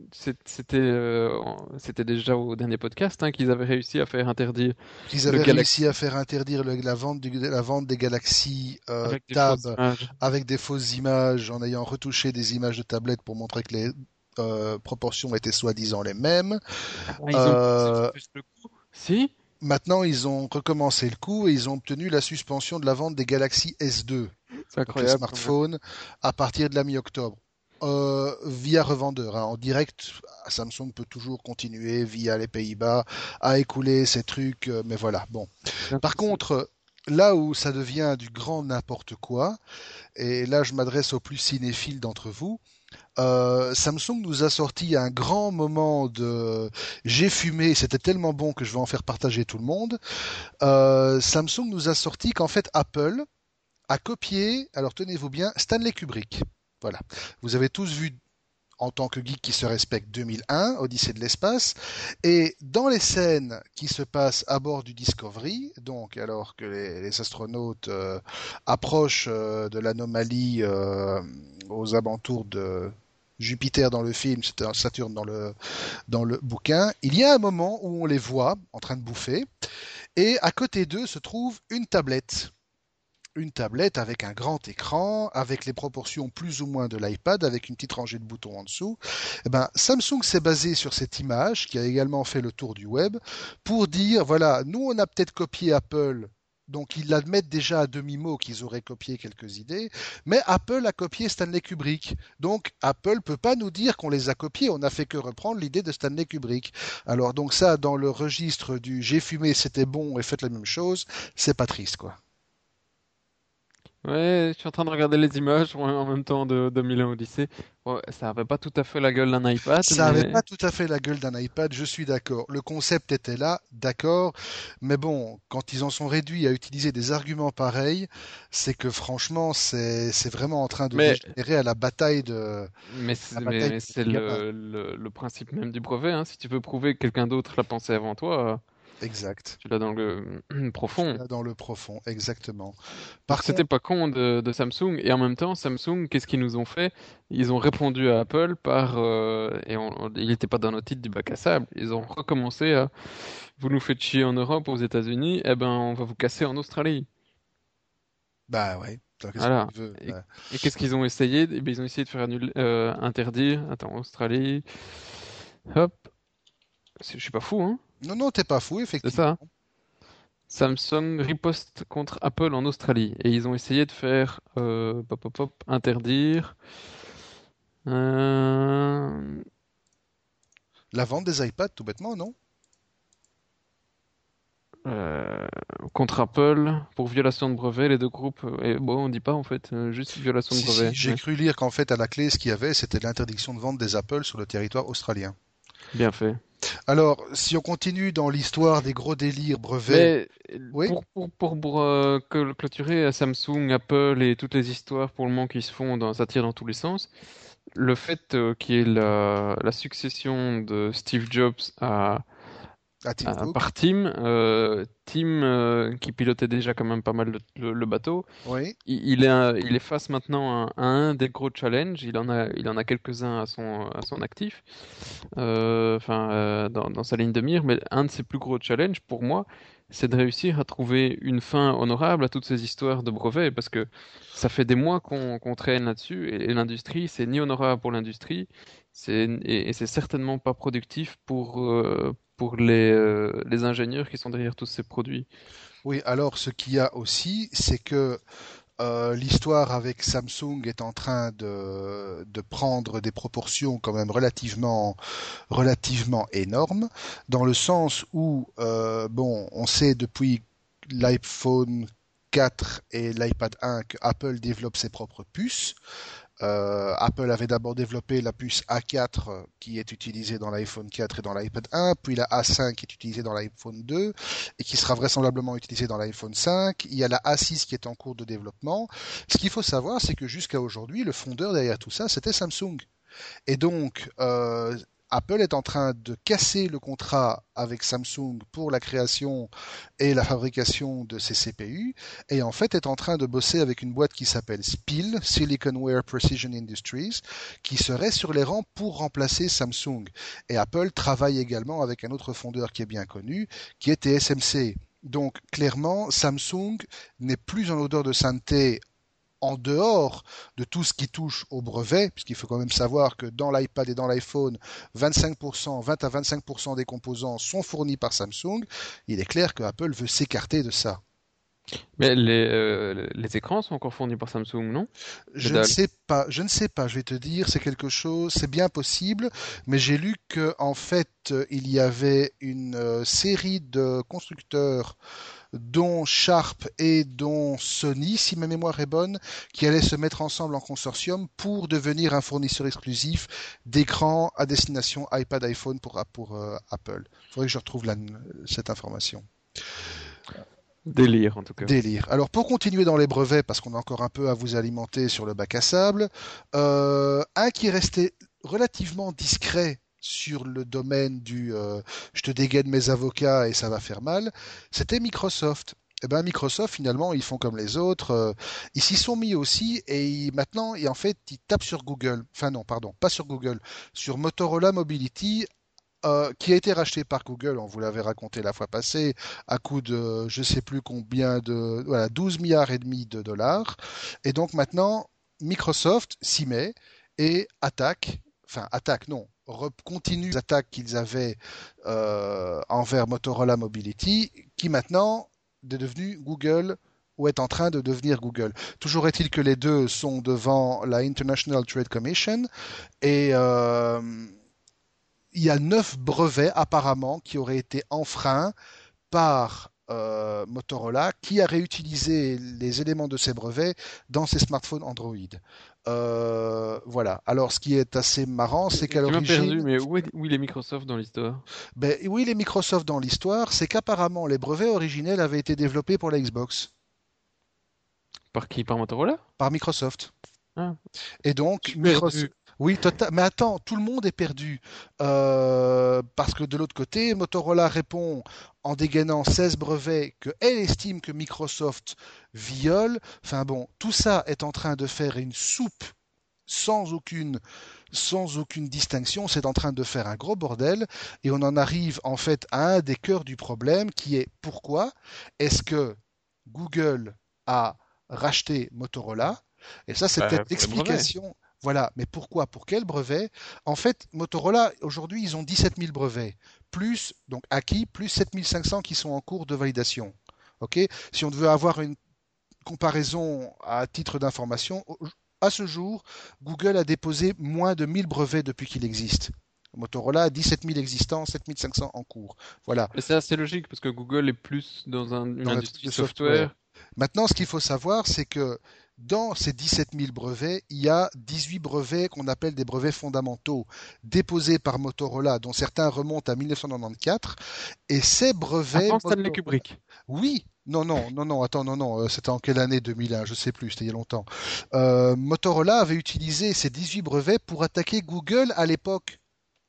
Speaker 2: c'était déjà au dernier podcast hein, qu'ils avaient réussi à faire interdire
Speaker 1: ils
Speaker 2: le
Speaker 1: avaient réussi
Speaker 2: Galaxy
Speaker 1: à faire interdire la vente des Galaxy
Speaker 2: avec des
Speaker 1: Tab
Speaker 2: fausses images.
Speaker 1: avec des fausses images, en ayant retouché des images de tablettes pour montrer que les proportions étaient soi-disant les mêmes.
Speaker 2: Ah, ils ont
Speaker 1: Euh,
Speaker 2: fait le coup. Si?
Speaker 1: Maintenant, ils ont recommencé le coup et ils ont obtenu la suspension de la vente des Galaxy S2,
Speaker 2: C'est
Speaker 1: donc les
Speaker 2: incroyable quand même.
Speaker 1: smartphones, à partir de la mi-octobre. Via revendeur, hein. En direct, Samsung peut toujours continuer via les Pays-Bas à écouler ces trucs, mais voilà. Bon. Par contre, là où ça devient du grand n'importe quoi, et là je m'adresse aux plus cinéphiles d'entre vous, Samsung nous a sorti un grand moment de j'ai fumé, c'était tellement bon que je vais en faire partager tout le monde. Samsung nous a sorti qu'en fait Apple a copié, alors tenez-vous bien, Stanley Kubrick. Voilà. Vous avez tous vu en tant que geek qui se respecte, 2001, Odyssée de l'espace. Et dans les scènes qui se passent à bord du Discovery, donc alors que les astronautes approchent de l'anomalie aux alentours de Jupiter dans le film, c'était Saturne dans le bouquin, il y a un moment où on les voit en train de bouffer, et à côté d'eux se trouve une tablette. Une tablette avec un grand écran, avec les proportions plus ou moins de l'iPad, avec une petite rangée de boutons en dessous. Eh ben, Samsung s'est basé sur cette image, qui a également fait le tour du web, pour dire, voilà, nous on a peut-être copié Apple, donc ils l'admettent déjà à demi-mot qu'ils auraient copié quelques idées, mais Apple a copié Stanley Kubrick. Donc Apple peut pas nous dire qu'on les a copiés, on n'a fait que reprendre l'idée de Stanley Kubrick. Alors donc ça, dans le registre du j'ai fumé, c'était bon et faites la même chose, c'est pas triste, quoi.
Speaker 2: Ouais, je suis en train de regarder les images en même temps de 2001 Odyssée. Ouais, ça avait pas tout à fait la gueule d'un iPad,
Speaker 1: Ça avait
Speaker 2: mais
Speaker 1: pas tout à fait la gueule d'un iPad, je suis d'accord. Le concept était là, d'accord. Mais bon, quand ils en sont réduits à utiliser des arguments pareils, c'est que franchement, c'est vraiment en train de
Speaker 2: mais
Speaker 1: dégénérer à la bataille
Speaker 2: mais
Speaker 1: des
Speaker 2: c'est
Speaker 1: petits gamins.
Speaker 2: le principe même du brevet, hein. Si tu peux prouver que quelqu'un d'autre l'a pensé avant toi,
Speaker 1: Exact.
Speaker 2: tu l'as dans le
Speaker 1: Tu
Speaker 2: profond.
Speaker 1: l'as dans le profond, exactement.
Speaker 2: Donc
Speaker 1: Par
Speaker 2: c'était
Speaker 1: contre,
Speaker 2: pas con de Samsung. Et en même temps, Samsung, qu'est-ce qu'ils nous ont fait? Ils ont répondu à Apple par il n'était pas dans nos titres du bac à sable. Ils ont recommencé à vous nous faites chier en Europe, aux États-Unis, eh ben on va vous casser en Australie.
Speaker 1: bah ouais, qu'est-ce que
Speaker 2: Voilà.
Speaker 1: tu veux?
Speaker 2: Et, et qu'est-ce qu'ils ont essayé? Eh ben, ils ont essayé de faire interdire. Attends, Australie. Hop. Je suis pas fou, hein?
Speaker 1: Non, non, t'es pas fou,
Speaker 2: C'est
Speaker 1: effectivement.
Speaker 2: ça, hein. Samsung riposte contre Apple en Australie. Et ils ont essayé de faire pop, pop, pop, interdire. Euh,
Speaker 1: La vente des iPads, tout bêtement, non?
Speaker 2: euh, contre Apple pour violation de brevet, les deux groupes. Et bon, on dit pas en fait, juste violation de
Speaker 1: Si, si,
Speaker 2: brevet.
Speaker 1: j'ai
Speaker 2: Ouais.
Speaker 1: cru lire qu'en fait, à la clé, ce qu'il y avait, c'était l'interdiction de vente des Apple sur le territoire australien.
Speaker 2: Bien fait.
Speaker 1: Alors, si on continue dans l'histoire des gros délires brevets,
Speaker 2: Mais
Speaker 1: oui,
Speaker 2: clôturer à Samsung, Apple et toutes les histoires pour le moment qui se font, ça tire dans tous les sens. Le fait qu'il y ait la succession de Steve Jobs
Speaker 1: à Tim Cook,
Speaker 2: par Tim qui pilotait déjà quand même pas mal le bateau,
Speaker 1: oui,
Speaker 2: il est face maintenant à un des gros challenges. Il en a quelques-uns à son actif, dans sa ligne de mire. Mais un de ses plus gros challenges pour moi, c'est de réussir à trouver une fin honorable à toutes ces histoires de brevets, parce que ça fait des mois qu'on traîne là-dessus, et l'industrie, c'est ni honorable pour l'industrie, et c'est certainement pas productif pour les ingénieurs qui sont derrière tous ces produits.
Speaker 1: oui. Alors, ce qu'il y a aussi, c'est que l'histoire avec Samsung est en train de prendre des proportions quand même relativement énormes, dans le sens où, bon, on sait depuis l'iPhone 4 et l'iPad 1 que Apple développe ses propres puces. Apple avait d'abord développé la puce A4 qui est utilisée dans l'iPhone 4 et dans l'iPad 1, puis la A5 qui est utilisée dans l'iPhone 2 et qui sera vraisemblablement utilisée dans l'iPhone 5. Il y a la A6 qui est en cours de développement. Ce qu'il faut savoir, c'est que jusqu'à aujourd'hui, le fondeur derrière tout ça, c'était Samsung. Et donc, Apple est en train de casser le contrat avec Samsung pour la création et la fabrication de ces CPU, et en fait est en train de bosser avec une boîte qui s'appelle SPIL, Siliconware Precision Industries, qui serait sur les rangs pour remplacer Samsung. Et Apple travaille également avec un autre fondeur qui est bien connu, qui est TSMC. Donc clairement, Samsung n'est plus en odeur de sainteté en dehors de tout ce qui touche au brevet, puisqu'il faut quand même savoir que dans l'iPad et dans l'iPhone, 25%, 20 à 25% des composants sont fournis par Samsung, il est clair que Apple veut s'écarter de ça.
Speaker 2: Mais les écrans sont encore fournis par Samsung, non? Que
Speaker 1: Je ne
Speaker 2: dalle.
Speaker 1: sais pas, je ne sais pas, je vais te dire, c'est quelque chose, c'est bien possible, mais j'ai lu que en fait, il y avait une série de constructeurs dont Sharp et dont Sony, si ma mémoire est bonne, qui allaient se mettre ensemble en consortium pour devenir un fournisseur exclusif d'écrans à destination iPad, iPhone pour Apple. Il faudrait que je retrouve cette information.
Speaker 2: Délire, en tout cas.
Speaker 1: Délire. Alors pour continuer dans les brevets, parce qu'on a encore un peu à vous alimenter sur le bac à sable, un qui est resté relativement discret sur le domaine du je te dégaine mes avocats et ça va faire mal, c'était Microsoft. Eh ben Microsoft finalement ils font comme les autres, ils s'y sont mis aussi maintenant en fait ils tapent sur Google, enfin non pardon pas sur Google, sur Motorola Mobility qui a été racheté par Google, on vous l'avait raconté la fois passée, à coût de je sais plus combien de voilà 12 milliards et demi de dollars. Et donc maintenant, Microsoft s'y met et attaque non, continue les attaques qu'ils avaient envers Motorola Mobility, qui maintenant est devenu Google ou est en train de devenir Google. Toujours est-il que les deux sont devant la International Trade Commission et il y a 9 brevets apparemment qui auraient été enfreints par Motorola, qui a réutilisé les éléments de ces brevets dans ses smartphones Android. Voilà. Alors, ce qui est assez marrant, c'est qu'à
Speaker 2: Tu m'as perdu,
Speaker 1: l'origine,
Speaker 2: mais où est les Microsoft dans l'histoire?
Speaker 1: ben, oui, les Microsoft dans l'histoire, c'est qu'apparemment les brevets originels avaient été développés pour la Xbox
Speaker 2: Par qui? Par Motorola?
Speaker 1: par Microsoft.
Speaker 2: Ah,
Speaker 1: Et
Speaker 2: je
Speaker 1: donc,
Speaker 2: suis perdu.
Speaker 1: Oui, mais attends, tout le monde est perdu. Parce que de l'autre côté, Motorola répond en dégainant 16 brevets que elle estime que Microsoft viole. Enfin bon, tout ça est en train de faire une soupe sans aucune, sans aucune distinction. C'est en train de faire un gros bordel. Et on en arrive en fait à un des cœurs du problème qui est pourquoi est-ce que Google a racheté Motorola? Et ça, c'est
Speaker 2: Bah,
Speaker 1: peut-être
Speaker 2: pour les brevets.
Speaker 1: l'explication. Voilà, mais pourquoi? Pour quel brevet? En fait, Motorola, aujourd'hui, ils ont 17 000 brevets, plus, donc acquis, plus 7 500 qui sont en cours de validation. Ok. Si on veut avoir une comparaison à titre d'information, à ce jour, Google a déposé moins de 1000 brevets depuis qu'il existe. Motorola a 17 000 existants, 7 500 en cours. Voilà,
Speaker 2: Mais c'est assez logique parce que Google est plus dans une
Speaker 1: dans le truc
Speaker 2: industrie
Speaker 1: de software.
Speaker 2: software.
Speaker 1: Maintenant, ce qu'il faut savoir, c'est que dans ces 17 000 brevets, il y a 18 brevets qu'on appelle des brevets fondamentaux, déposés par Motorola, dont certains remontent à 1994. Et ces brevets,
Speaker 2: Avant Stanley Kubrick.
Speaker 1: oui, non, non, non, non, attends, non, non, c'était en quelle année 2001, je sais plus, c'était il y a longtemps. Motorola avait utilisé ces 18 brevets pour attaquer Google à l'époque.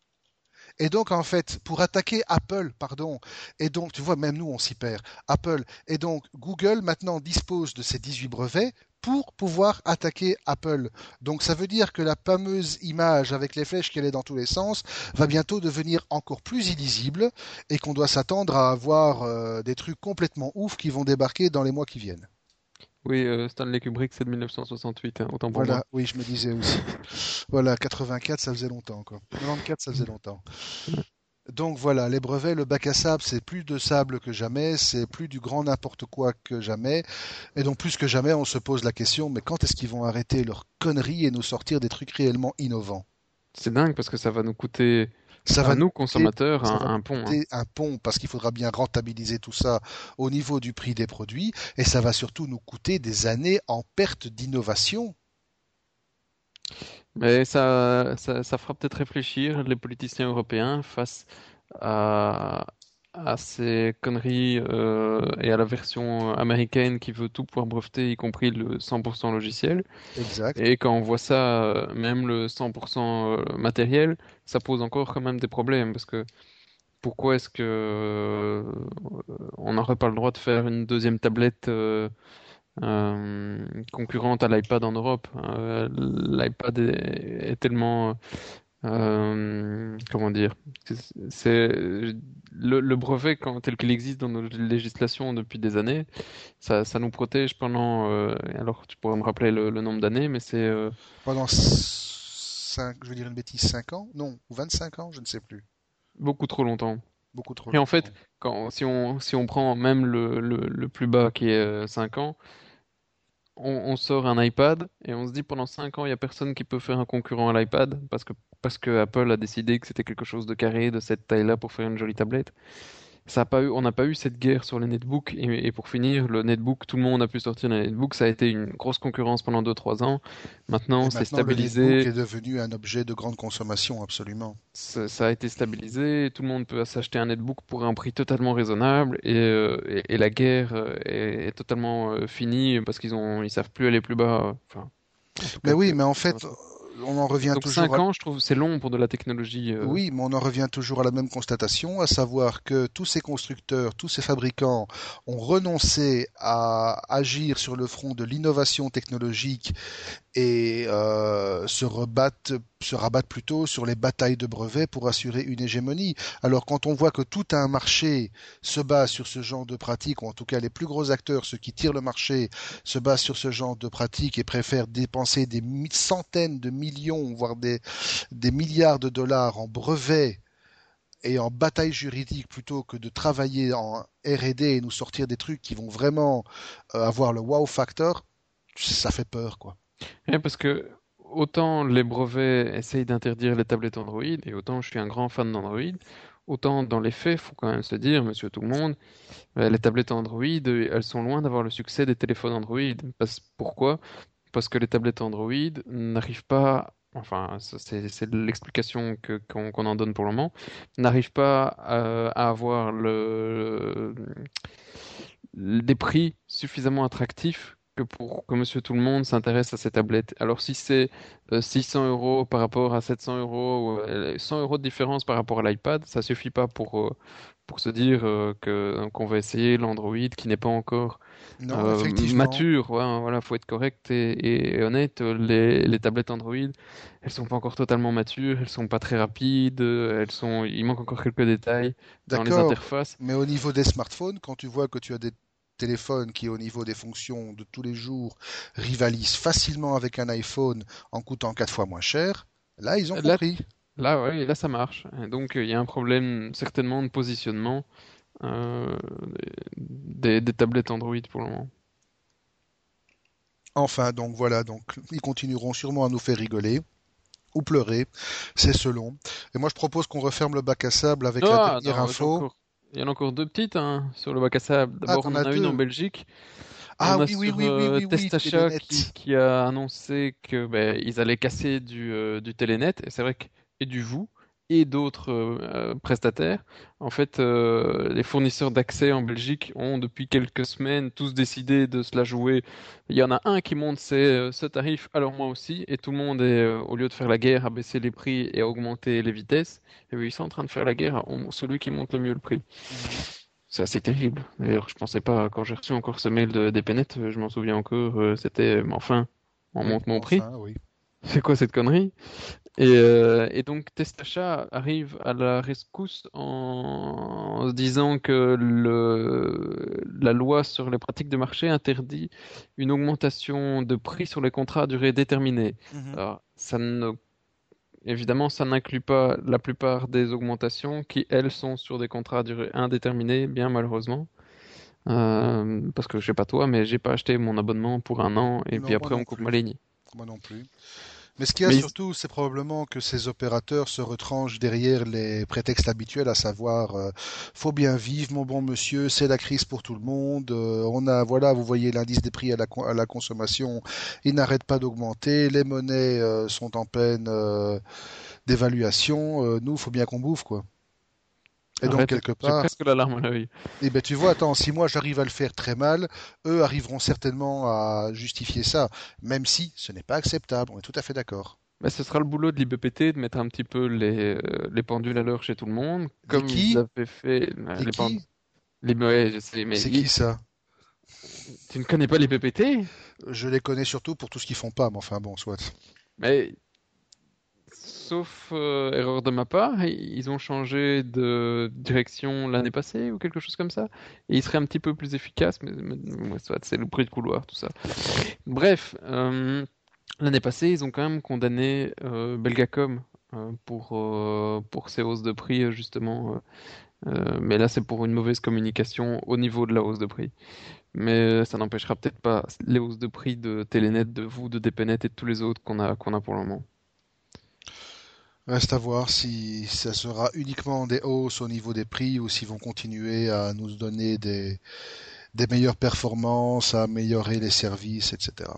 Speaker 1: Et donc, en fait, pour attaquer Apple, pardon, et donc, tu vois, même nous, on s'y perd, Apple, et donc, Google maintenant dispose de ces 18 brevets pour pouvoir attaquer Apple. Donc, ça veut dire que la fameuse image avec les flèches qui allaient dans tous les sens va bientôt devenir encore plus illisible et qu'on doit s'attendre à avoir des trucs complètement ouf qui vont débarquer dans les mois qui viennent.
Speaker 2: Oui, Stanley Kubrick, c'est de 1968, hein, autant pour moi.
Speaker 1: Voilà, oui, je me disais aussi. Voilà, 84, ça faisait longtemps, quoi. 94, ça faisait longtemps. Donc voilà, les brevets, le bac à sable, c'est plus de sable que jamais, c'est plus du grand n'importe quoi que jamais. Et donc plus que jamais, on se pose la question, mais quand est-ce qu'ils vont arrêter leurs conneries et nous sortir des trucs réellement innovants?
Speaker 2: C'est dingue parce que ça va nous coûter,
Speaker 1: Ça
Speaker 2: à
Speaker 1: va nous
Speaker 2: nous
Speaker 1: coûter,
Speaker 2: consommateurs,
Speaker 1: ça va nous
Speaker 2: un pont, hein.
Speaker 1: coûter un pont parce qu'il faudra bien rentabiliser tout ça au niveau du prix des produits et ça va surtout nous coûter des années en perte d'innovation.
Speaker 2: Mais ça fera peut-être réfléchir les politiciens européens face à, à ces conneries et à la version américaine qui veut tout pouvoir breveter, y compris le 100% logiciel.
Speaker 1: Exact.
Speaker 2: Et quand on voit ça, même le 100% matériel, ça pose encore quand même des problèmes parce que pourquoi est-ce que on n'aurait pas le droit de faire une deuxième tablette concurrente à l'iPad en Europe? L'iPad est tellement comment dire? C'est le brevet tel qu'il existe dans nos législations depuis des années, ça nous protège pendant. Alors tu pourrais me rappeler le nombre d'années, mais c'est
Speaker 1: Pendant 5, je vais dire une bêtise, 5 ans? Non, ou 25 ans, je ne sais plus.
Speaker 2: beaucoup trop longtemps.
Speaker 1: Beaucoup trop
Speaker 2: Et en fait,
Speaker 1: longtemps.
Speaker 2: si on prend même le plus bas qui est 5 ans, on sort un iPad et on se dit pendant 5 ans, il n'y a personne qui peut faire un concurrent à l'iPad parce que Apple a décidé que c'était quelque chose de carré, de cette taille-là pour faire une jolie tablette. On n'a pas eu cette guerre sur les netbooks et pour finir, le netbook, tout le monde a pu sortir un netbook, ça a été une grosse concurrence pendant 2 3 ans.
Speaker 1: Et
Speaker 2: Maintenant, c'est
Speaker 1: maintenant, le netbook
Speaker 2: stabilisé,
Speaker 1: est devenu un objet de grande consommation, absolument.
Speaker 2: ça a été stabilisé, tout le monde peut s'acheter un netbook pour un prix totalement raisonnable et la guerre est totalement finie parce ils savent plus aller plus bas. Enfin, en tout
Speaker 1: Mais
Speaker 2: cas
Speaker 1: oui,
Speaker 2: que
Speaker 1: mais en
Speaker 2: ça va
Speaker 1: fait,
Speaker 2: pas.
Speaker 1: on en revient
Speaker 2: Donc
Speaker 1: toujours
Speaker 2: 5 ans, je trouve, c'est long pour de la technologie.
Speaker 1: Oui, mais on en revient toujours à la même constatation, à savoir que tous ces constructeurs, tous ces fabricants ont renoncé à agir sur le front de l'innovation technologique et se rabattent plutôt sur les batailles de brevets pour assurer une hégémonie. Alors quand on voit que tout un marché se base sur ce genre de pratique, ou en tout cas les plus gros acteurs, ceux qui tirent le marché, se basent sur ce genre de pratique et préfèrent dépenser des centaines de millions, voire des milliards de dollars en brevets et en bataille juridique plutôt que de travailler en R&D et nous sortir des trucs qui vont vraiment avoir le wow factor, ça fait peur, quoi.
Speaker 2: Parce que autant les brevets essayent d'interdire les tablettes Android, et autant je suis un grand fan d'Android, autant dans les faits, faut quand même se dire, monsieur tout le monde, les tablettes Android, elles sont loin d'avoir le succès des téléphones Android. Pourquoi? Parce que les tablettes Android n'arrivent pas, enfin, c'est l'explication qu'on en donne pour le moment, n'arrivent pas à avoir des prix suffisamment attractifs que pour que Monsieur Tout-le-Monde s'intéresse à ces tablettes. Alors si c'est 600 euros par rapport à 700 euros, ou 100 euros de différence par rapport à l'iPad, ça suffit pas pour se dire qu'on va essayer l'Android qui n'est pas encore
Speaker 1: Non, effectivement.
Speaker 2: mature. Ouais, voilà, faut être correct et honnête. Les tablettes Android, elles sont pas encore totalement matures, elles sont pas très rapides, il manque encore quelques détails dans les
Speaker 1: D'accord,
Speaker 2: interfaces.
Speaker 1: mais au niveau des smartphones, quand tu vois que tu as des téléphones qui, au niveau des fonctions de tous les jours, rivalisent facilement avec un iPhone en coûtant 4 fois moins cher, là, ils ont
Speaker 2: Là,
Speaker 1: compris.
Speaker 2: Là, ouais, là, ça marche. Et donc, il y a un problème certainement de positionnement euh, des tablettes Android pour le moment.
Speaker 1: Enfin, donc voilà, donc ils continueront sûrement à nous faire rigoler ou pleurer, c'est selon. Et moi, je propose qu'on referme le bac à sable avec la
Speaker 2: Ah,
Speaker 1: dernière
Speaker 2: non,
Speaker 1: info.
Speaker 2: il y en a encore deux petites hein, sur le bac à sable.
Speaker 1: Ah,
Speaker 2: D'abord,
Speaker 1: t'en
Speaker 2: on en
Speaker 1: as
Speaker 2: a une en
Speaker 1: deux.
Speaker 2: Belgique.
Speaker 1: Ah
Speaker 2: On a
Speaker 1: oui, oui,
Speaker 2: sur
Speaker 1: oui, oui, oui, oui,
Speaker 2: Testacha
Speaker 1: Telenet.
Speaker 2: qui a annoncé que ben, ils allaient casser du Telenet. Et c'est vrai que et du vous et d'autres prestataires. En fait, les fournisseurs d'accès en Belgique ont depuis quelques semaines tous décidé de se la jouer. Il y en a un qui monte ce tarif, alors moi aussi, et tout le monde est, au lieu de faire la guerre, à baisser les prix et à augmenter les vitesses, et bien, ils sont en train de faire la guerre à celui qui monte le mieux le prix.
Speaker 1: Mhm.
Speaker 2: C'est assez terrible. D'ailleurs, je pensais pas, quand j'ai reçu encore ce mail de Penet, je m'en souviens encore, c'était, mais enfin, on
Speaker 1: Oui,
Speaker 2: monte mon prix.
Speaker 1: enfin, oui.
Speaker 2: C'est quoi cette connerie? Et donc, Testacha arrive à la rescousse en se disant que la loi sur les pratiques de marché interdit une augmentation de prix sur les contrats à durée déterminée.
Speaker 1: Mhm.
Speaker 2: Alors, évidemment, ça n'inclut pas la plupart des augmentations qui, elles, sont sur des contrats à durée indéterminée, bien malheureusement. Parce que je sais pas toi, mais j'ai pas acheté mon abonnement pour un an et puis
Speaker 1: Non, moi
Speaker 2: après
Speaker 1: non
Speaker 2: on coupe ma
Speaker 1: plus.
Speaker 2: ligne.
Speaker 1: Moi non plus. Mais ce qu'il y a
Speaker 2: Mais
Speaker 1: surtout, c'est probablement que ces opérateurs se retranchent derrière les prétextes habituels, à savoir, faut bien vivre, mon bon monsieur, c'est la crise pour tout le monde. On a, voilà, vous voyez l'indice des prix à la consommation, il n'arrête pas d'augmenter. Les monnaies sont en peine d'évaluation. Nous, faut bien qu'on bouffe, quoi. Et donc
Speaker 2: arrête,
Speaker 1: quelque
Speaker 2: j'ai
Speaker 1: part,
Speaker 2: presque la larme à l'œil.
Speaker 1: eh ben tu vois, attends, si moi j'arrive à le faire très mal, eux arriveront certainement à justifier ça, même si ce n'est pas acceptable. On est tout à fait d'accord.
Speaker 2: Mais ce sera le boulot de l'IBPT de mettre un petit peu les pendules à l'heure chez tout le monde,
Speaker 1: Les
Speaker 2: comme ils
Speaker 1: qui?
Speaker 2: avaient fait
Speaker 1: Les qui?
Speaker 2: ouais, je sais,
Speaker 1: C'est qui ça?
Speaker 2: tu ne connais pas l'IBPT?
Speaker 1: Je les connais surtout pour tout ce qu'ils font pas, mais enfin bon, soit.
Speaker 2: Mais sauf erreur de ma part, ils ont changé de direction l'année passée ou quelque chose comme ça, et ils seraient un petit peu plus efficaces, mais soit c'est le bruit de couloir, tout ça. Bref, l'année passée, ils ont quand même condamné Belgacom pour ces hausses de prix, justement. Mais là, c'est pour une mauvaise communication au niveau de la hausse de prix. Mais ça n'empêchera peut-être pas les hausses de prix de Telenet, de vous, de DPNet et de tous les autres qu'on a pour le moment.
Speaker 1: Reste à voir si ça sera uniquement des hausses au niveau des prix ou s'ils vont continuer à nous donner des meilleures performances, à améliorer les services, etc.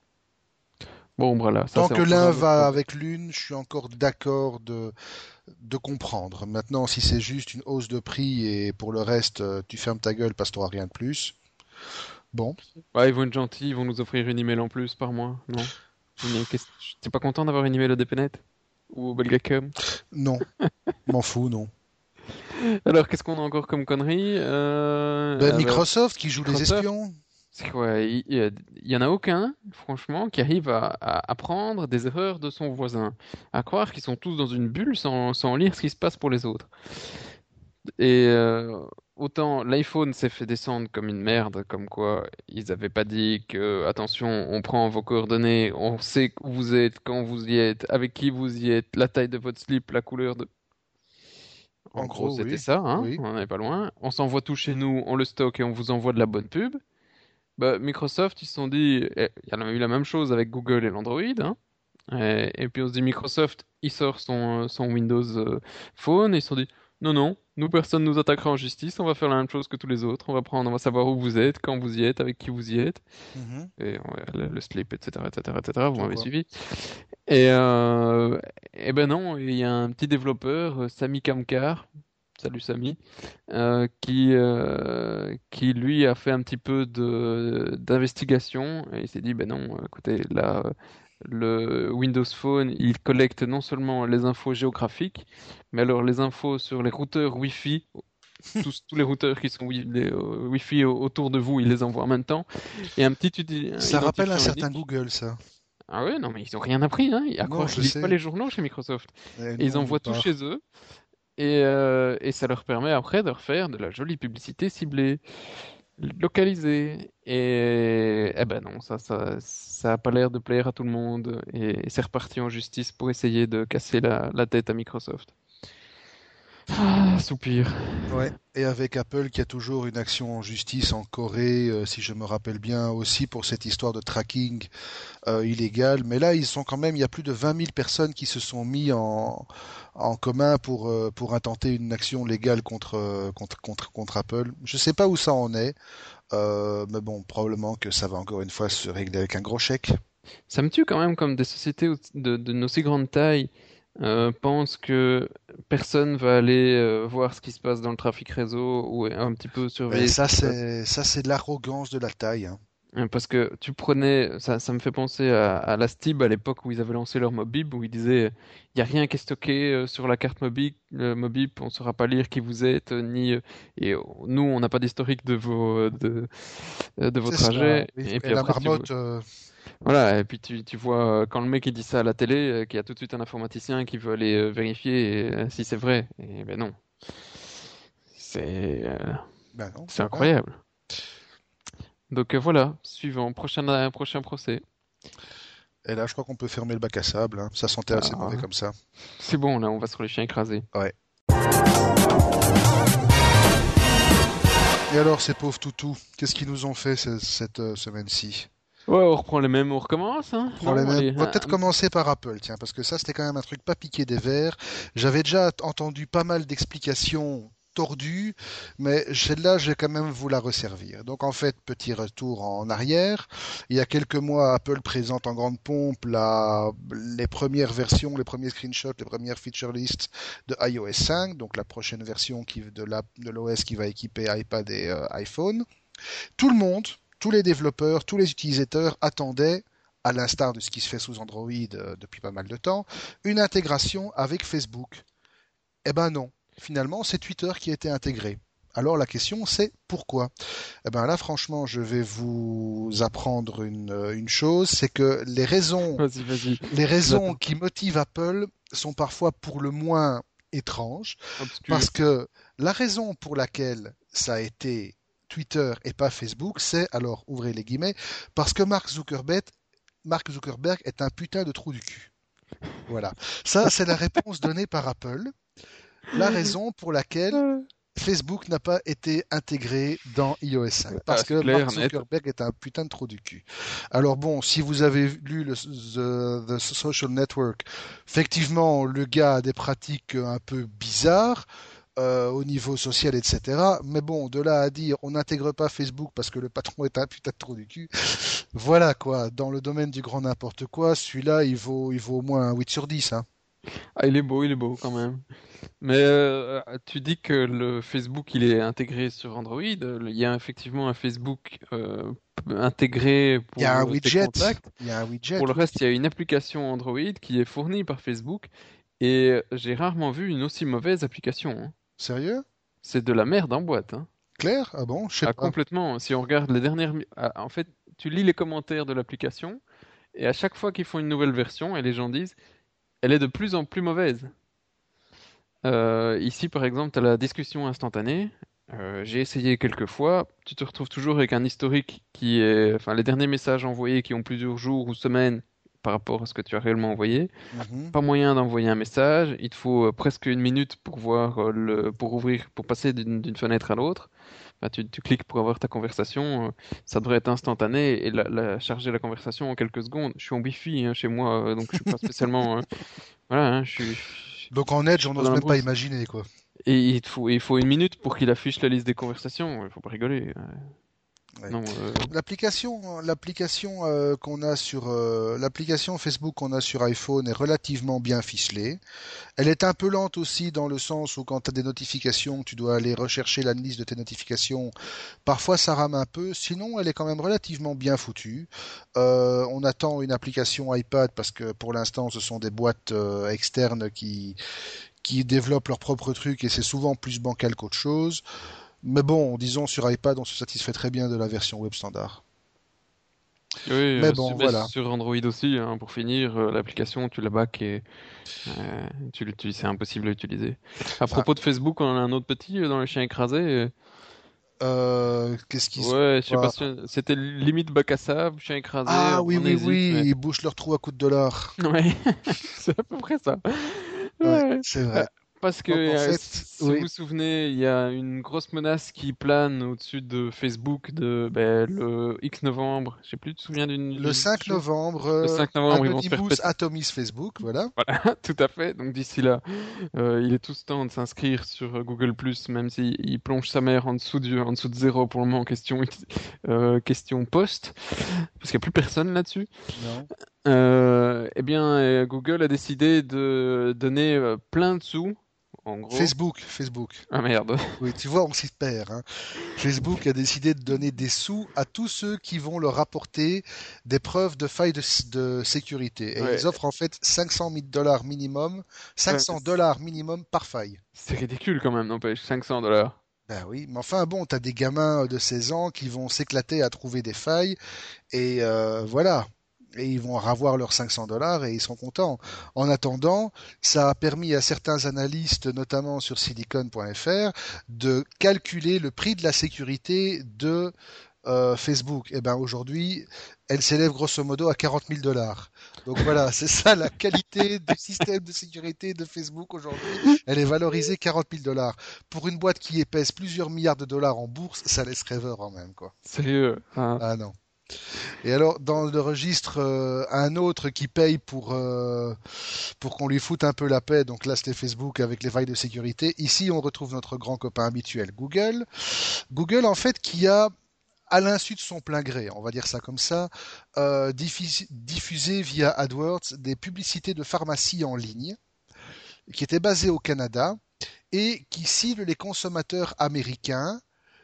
Speaker 2: Bon, voilà, ça
Speaker 1: Tant
Speaker 2: c'est
Speaker 1: que
Speaker 2: encore
Speaker 1: l'un
Speaker 2: un autre
Speaker 1: va
Speaker 2: problème.
Speaker 1: avec l'une, je suis encore d'accord de comprendre. Maintenant, si c'est juste une hausse de prix et pour le reste, tu fermes ta gueule parce que tu n'auras rien de plus, bon,
Speaker 2: Ouais, ils vont être gentils, ils vont nous offrir une email en plus par mois, non? Mais t'es pas content d'avoir une email ODPNet ou Belgacom?
Speaker 1: Non, m'en fous, non.
Speaker 2: Alors, qu'est-ce qu'on a encore comme conneries?
Speaker 1: Ben,
Speaker 2: Alors,
Speaker 1: Microsoft qui joue les
Speaker 2: Microsoft,
Speaker 1: espions.
Speaker 2: c'est quoi? Il y en a aucun, franchement, qui arrive à apprendre des erreurs de son voisin. À croire qu'ils sont tous dans une bulle sans lire ce qui se passe pour les autres. Et autant l'iPhone s'est fait descendre comme une merde, comme quoi ils avaient pas dit que, attention, on prend vos coordonnées, on sait où vous êtes, quand vous y êtes, avec qui vous y êtes, la taille de votre slip, la couleur de... En
Speaker 1: En
Speaker 2: gros,
Speaker 1: gros,
Speaker 2: c'était
Speaker 1: oui.
Speaker 2: ça, hein,
Speaker 1: Oui.
Speaker 2: on n'en est pas loin. On s'envoie tout chez nous, on le stocke et on vous envoie de la bonne pub. Bah, Microsoft, ils se sont dit, il y en a eu la même chose avec Google et l'Android, hein. Et puis on se dit, Microsoft, il sort son Windows Phone, et ils se sont dit, non, non, nous, personne nous attaquera en justice, on va faire la même chose que tous les autres, on va savoir où vous êtes, quand vous y êtes, avec qui vous y êtes,
Speaker 1: Mhm.
Speaker 2: et le slip, etc., etc., etc., vous
Speaker 1: Je
Speaker 2: m'avez
Speaker 1: vois.
Speaker 2: suivi. Et, euh, et ben non, il y a un petit développeur, Sami Kamkar, salut Sami, qui lui a fait un petit peu d'investigation et il s'est dit, ben non, écoutez, là, le Windows Phone, il collecte non seulement les infos géographiques, mais alors les infos sur les routeurs Wi-Fi, tous les routeurs qui sont Wi-Fi autour de vous, il les envoie en même temps, et un petit
Speaker 1: Ça rappelle un
Speaker 2: identifiant
Speaker 1: certain
Speaker 2: unique.
Speaker 1: Google, ça.
Speaker 2: Ah ouais, non mais ils ont rien appris, hein, à
Speaker 1: Non,
Speaker 2: croire
Speaker 1: je
Speaker 2: qu'ils lisent pas
Speaker 1: sais.
Speaker 2: les journaux chez Microsoft.
Speaker 1: Et
Speaker 2: Et
Speaker 1: nous,
Speaker 2: ils
Speaker 1: on nulle
Speaker 2: envoient tout chez
Speaker 1: part.
Speaker 2: eux, et ça leur permet après de refaire de la jolie publicité ciblée, localisée. Et eh ben non, ça a pas l'air de plaire à tout le monde. Et c'est reparti en justice pour essayer de casser la tête à Microsoft. Ah, soupir.
Speaker 1: Ouais. Et avec Apple qui a toujours une action en justice en Corée, si je me rappelle bien, aussi pour cette histoire de tracking illégal. Mais là, ils sont quand même, il y a plus de 20 000 personnes qui se sont mis en commun pour intenter une action légale contre Apple. Je sais pas où ça en est, mais bon, probablement que ça va encore une fois se régler avec un gros chèque.
Speaker 2: Ça me tue quand même comme des sociétés d'une aussi grande taille pensent que personne va aller voir ce qui se passe dans le trafic réseau ou un petit peu
Speaker 1: Ben,
Speaker 2: surveiller ce qui se passe.
Speaker 1: ça c'est de l'arrogance de la taille, hein.
Speaker 2: Parce que tu prenais, ça me fait penser à la Stib à l'époque où ils avaient lancé leur Mobib, où ils disaient, il n'y a rien qui est stocké sur la carte Mobib, on ne saura pas lire qui vous êtes, nous, on n'a pas d'historique de vos
Speaker 1: C'est ça.
Speaker 2: trajets. Et
Speaker 1: Et
Speaker 2: puis
Speaker 1: la
Speaker 2: après,
Speaker 1: marmotte,
Speaker 2: voilà, et puis tu vois, quand le mec il dit ça à la télé, qu'il y a tout de suite un informaticien qui veut aller vérifier si c'est vrai. Et ben non, c'est euh,
Speaker 1: ben non,
Speaker 2: c'est
Speaker 1: voilà.
Speaker 2: incroyable. Donc voilà, suivant, prochain procès.
Speaker 1: Et là, je crois qu'on peut fermer le bac à sable, hein. Ça sentait assez mauvais
Speaker 2: Ah,
Speaker 1: comme ça.
Speaker 2: c'est bon, là, on va sur les chiens écrasés.
Speaker 1: Ouais. Et alors, ces pauvres toutous, qu'est-ce qu'ils nous ont fait cette semaine-ci?
Speaker 2: Ouais, on reprend les mêmes, on recommence, hein? Non,
Speaker 1: Problème.
Speaker 2: allez.
Speaker 1: On va peut-être commencer par Apple, tiens, parce que ça, c'était quand même un truc pas piqué des verres. J'avais déjà entendu pas mal d'explications tordues, mais celle-là, je vais quand même vous la resservir. Donc, en fait, petit retour en arrière. Il y a quelques mois, Apple présente en grande pompe les premières versions, les premiers screenshots, les premières feature lists de iOS 5, donc la prochaine version de l'OS qui va équiper iPad et iPhone. Tout le monde, tous les développeurs, tous les utilisateurs attendaient, à l'instar de ce qui se fait sous Android depuis pas mal de temps, une intégration avec Facebook. Eh ben non, finalement c'est Twitter qui a été intégré. Alors la question c'est pourquoi? Eh ben là franchement je vais vous apprendre une chose, c'est que
Speaker 2: Vas-y, vas-y.
Speaker 1: les raisons
Speaker 2: J'attends.
Speaker 1: qui motivent Apple sont parfois pour le moins étranges,
Speaker 2: Obscur.
Speaker 1: parce que la raison pour laquelle ça a été Twitter et pas Facebook, c'est, alors ouvrez les guillemets, parce que Mark Zuckerberg est un putain de trou du cul. Voilà. Ça, c'est la réponse donnée par Apple. La raison pour laquelle Facebook n'a pas été intégré dans iOS 5
Speaker 2: Ah,
Speaker 1: parce
Speaker 2: c'est
Speaker 1: que Mark
Speaker 2: clair, net.
Speaker 1: Zuckerberg est un putain de trou du cul. Alors bon, si vous avez lu The Social Network, effectivement, le gars a des pratiques un peu bizarres au niveau social, etc. Mais bon, de là à dire on n'intègre pas Facebook parce que le patron est un putain de trou du cul, voilà quoi. Dans le domaine du grand n'importe quoi, celui-là, il vaut au moins un 8 sur 10, hein.
Speaker 2: Ah, il est beau quand même. Mais tu dis que le Facebook il est intégré sur Android. Il y a effectivement un Facebook intégré
Speaker 1: Il y a un
Speaker 2: pour tes
Speaker 1: widget,
Speaker 2: contacts.
Speaker 1: il y a un widget,
Speaker 2: Pour le
Speaker 1: oui.
Speaker 2: reste, il y a une application Android qui est fournie par Facebook. Et j'ai rarement vu une aussi mauvaise application, hein.
Speaker 1: Sérieux?
Speaker 2: C'est de la merde en boîte, hein.
Speaker 1: Claire? Ah bon? Je sais
Speaker 2: Ah,
Speaker 1: pas.
Speaker 2: complètement. Si on regarde les dernières... en fait, tu lis les commentaires de l'application et à chaque fois qu'ils font une nouvelle version et les gens disent, elle est de plus en plus mauvaise. Ici, par exemple, tu as la discussion instantanée. J'ai essayé quelques fois. Tu te retrouves toujours avec un historique qui est, enfin, les derniers messages envoyés qui ont plusieurs jours ou semaines par rapport à ce que tu as réellement envoyé.
Speaker 1: Mhm.
Speaker 2: Pas moyen d'envoyer un message. Il te faut presque une minute pour voir pour ouvrir, pour passer d'une fenêtre à l'autre. Enfin, tu cliques pour avoir ta conversation. Ça devrait être instantané et charger la conversation en quelques secondes. Je suis en Wi-Fi hein, chez moi, donc je suis pas spécialement, voilà, hein,
Speaker 1: Donc en Edge,
Speaker 2: je
Speaker 1: on
Speaker 2: suis pas
Speaker 1: n'ose
Speaker 2: dans la
Speaker 1: même pas
Speaker 2: brousse.
Speaker 1: imaginer, quoi.
Speaker 2: Et il faut une minute pour qu'il affiche la liste des conversations. Il faut pas rigoler.
Speaker 1: Ouais.
Speaker 2: Non,
Speaker 1: L'application qu'on a sur l'application Facebook qu'on a sur iPhone est relativement bien ficelée. Elle est un peu lente aussi dans le sens où quand tu as des notifications, tu dois aller rechercher la liste de tes notifications. Parfois ça rame un peu, sinon elle est quand même relativement bien foutue. On attend une application iPad parce que pour l'instant ce sont des boîtes externes qui développent leurs propres trucs et c'est souvent plus bancal qu'autre chose. Mais bon, disons sur iPad on se satisfait très bien de la version web standard.
Speaker 2: oui,
Speaker 1: Mais bon,
Speaker 2: mais
Speaker 1: voilà.
Speaker 2: sur Android aussi, hein, pour finir, l'application, tu la back et tu l'utilises, c'est impossible à utiliser. À
Speaker 1: Enfin,
Speaker 2: propos de Facebook, on en a un autre petit dans le chien écrasé.
Speaker 1: qu'est-ce qu'ils sont
Speaker 2: Ouais, je sais pas
Speaker 1: quoi.
Speaker 2: si c'était limite bac à sable, chien écrasé,
Speaker 1: Ah oui,
Speaker 2: on
Speaker 1: oui,
Speaker 2: hésite,
Speaker 1: oui,
Speaker 2: mais
Speaker 1: ils bouchent leur trou à coups de dollars.
Speaker 2: ouais, c'est à peu près ça.
Speaker 1: Ouais,
Speaker 2: Ouais.
Speaker 1: c'est
Speaker 2: Euh,
Speaker 1: vrai.
Speaker 2: Parce que
Speaker 1: Donc en fait,
Speaker 2: si vous
Speaker 1: oui,
Speaker 2: vous souvenez, il y a une grosse menace qui plane au-dessus de Facebook de ben, le X novembre. Je sais plus, tu te souviens
Speaker 1: le
Speaker 2: du
Speaker 1: 5
Speaker 2: jour?
Speaker 1: novembre,
Speaker 2: Le 5 novembre, ils vont se faire
Speaker 1: Anonymous
Speaker 2: péter.
Speaker 1: atomise Facebook, voilà.
Speaker 2: Voilà, tout à fait. Donc d'ici là, il est tout ce temps de s'inscrire sur Google+, même s'il plonge sa mère en dessous de zéro pour le moment, question post, parce qu'il n'y a plus personne là-dessus.
Speaker 1: Non.
Speaker 2: Eh bien, Google a décidé de donner plein de sous, en gros.
Speaker 1: Facebook.
Speaker 2: Ah merde.
Speaker 1: Oui, tu vois, on s'y perd, hein. Facebook a décidé de donner des sous à tous ceux qui vont leur apporter des preuves de failles de sécurité. Et
Speaker 2: Ouais,
Speaker 1: ils offrent en fait 500 000 dollars minimum,
Speaker 2: ouais,
Speaker 1: 500 dollars minimum par faille.
Speaker 2: c'est ridicule quand même, n'empêche. 500 $.
Speaker 1: Ben oui, mais enfin bon, t'as des gamins de 16 ans qui vont s'éclater à trouver des failles et voilà. Et ils vont avoir leurs 500 dollars et ils seront contents. En attendant, ça a permis à certains analystes, notamment sur silicon.fr, de calculer le prix de la sécurité de Facebook. Et ben aujourd'hui, elle s'élève grosso modo à 40 000 dollars. Donc voilà, c'est ça la qualité du système de sécurité de Facebook aujourd'hui. Elle est valorisée 40 000 dollars. Pour une boîte qui pèse plusieurs milliards de dollars en bourse, ça laisse rêveur en même, quoi.
Speaker 2: Sérieux, hein.
Speaker 1: Ah non. Et alors, dans le registre, un autre qui paye pour qu'on lui foute un peu la paix, donc là c'était Facebook avec les failles de sécurité. Ici, on retrouve notre grand copain habituel, Google. Google, en fait, qui a, à l'insu de son plein gré, on va dire ça comme ça, diffusé via AdWords des publicités de pharmacie en ligne, qui étaient basées au Canada et qui ciblent les consommateurs américains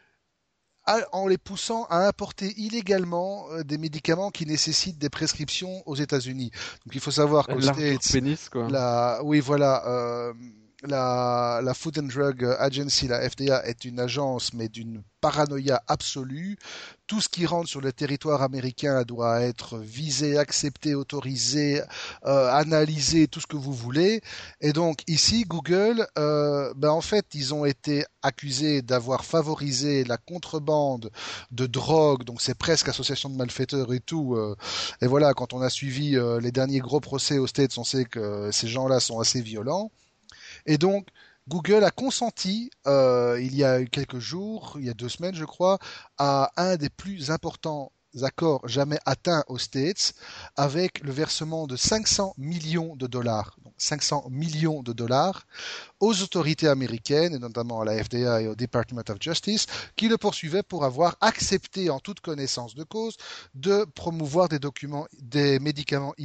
Speaker 1: en les poussant à importer illégalement des médicaments qui nécessitent des prescriptions aux États-Unis. Donc il faut savoir qu'aux
Speaker 2: Large leur
Speaker 1: States,
Speaker 2: pénis, quoi.
Speaker 1: oui voilà, la Food and Drug Agency, la FDA, est une agence mais d'une paranoïa absolue. Tout ce qui rentre sur le territoire américain doit être visé, accepté, autorisé, analysé, tout ce que vous voulez. Et donc ici, Google, en fait, ils ont été accusés d'avoir favorisé la contrebande de drogue, donc c'est presque association de malfaiteurs et tout. Et voilà, quand on a suivi les derniers gros procès aux States, on sait que ces gens-là sont assez violents. Et donc, Google a consenti, il y a quelques jours, il y a 2 semaines je crois, à un des plus importants accords jamais atteints aux States, avec le versement de 500 millions de dollars, donc 500 millions de dollars, aux autorités américaines, et notamment à la FDA et au Department of Justice, qui le poursuivaient pour avoir accepté en toute connaissance de cause de promouvoir des médicaments illégaux.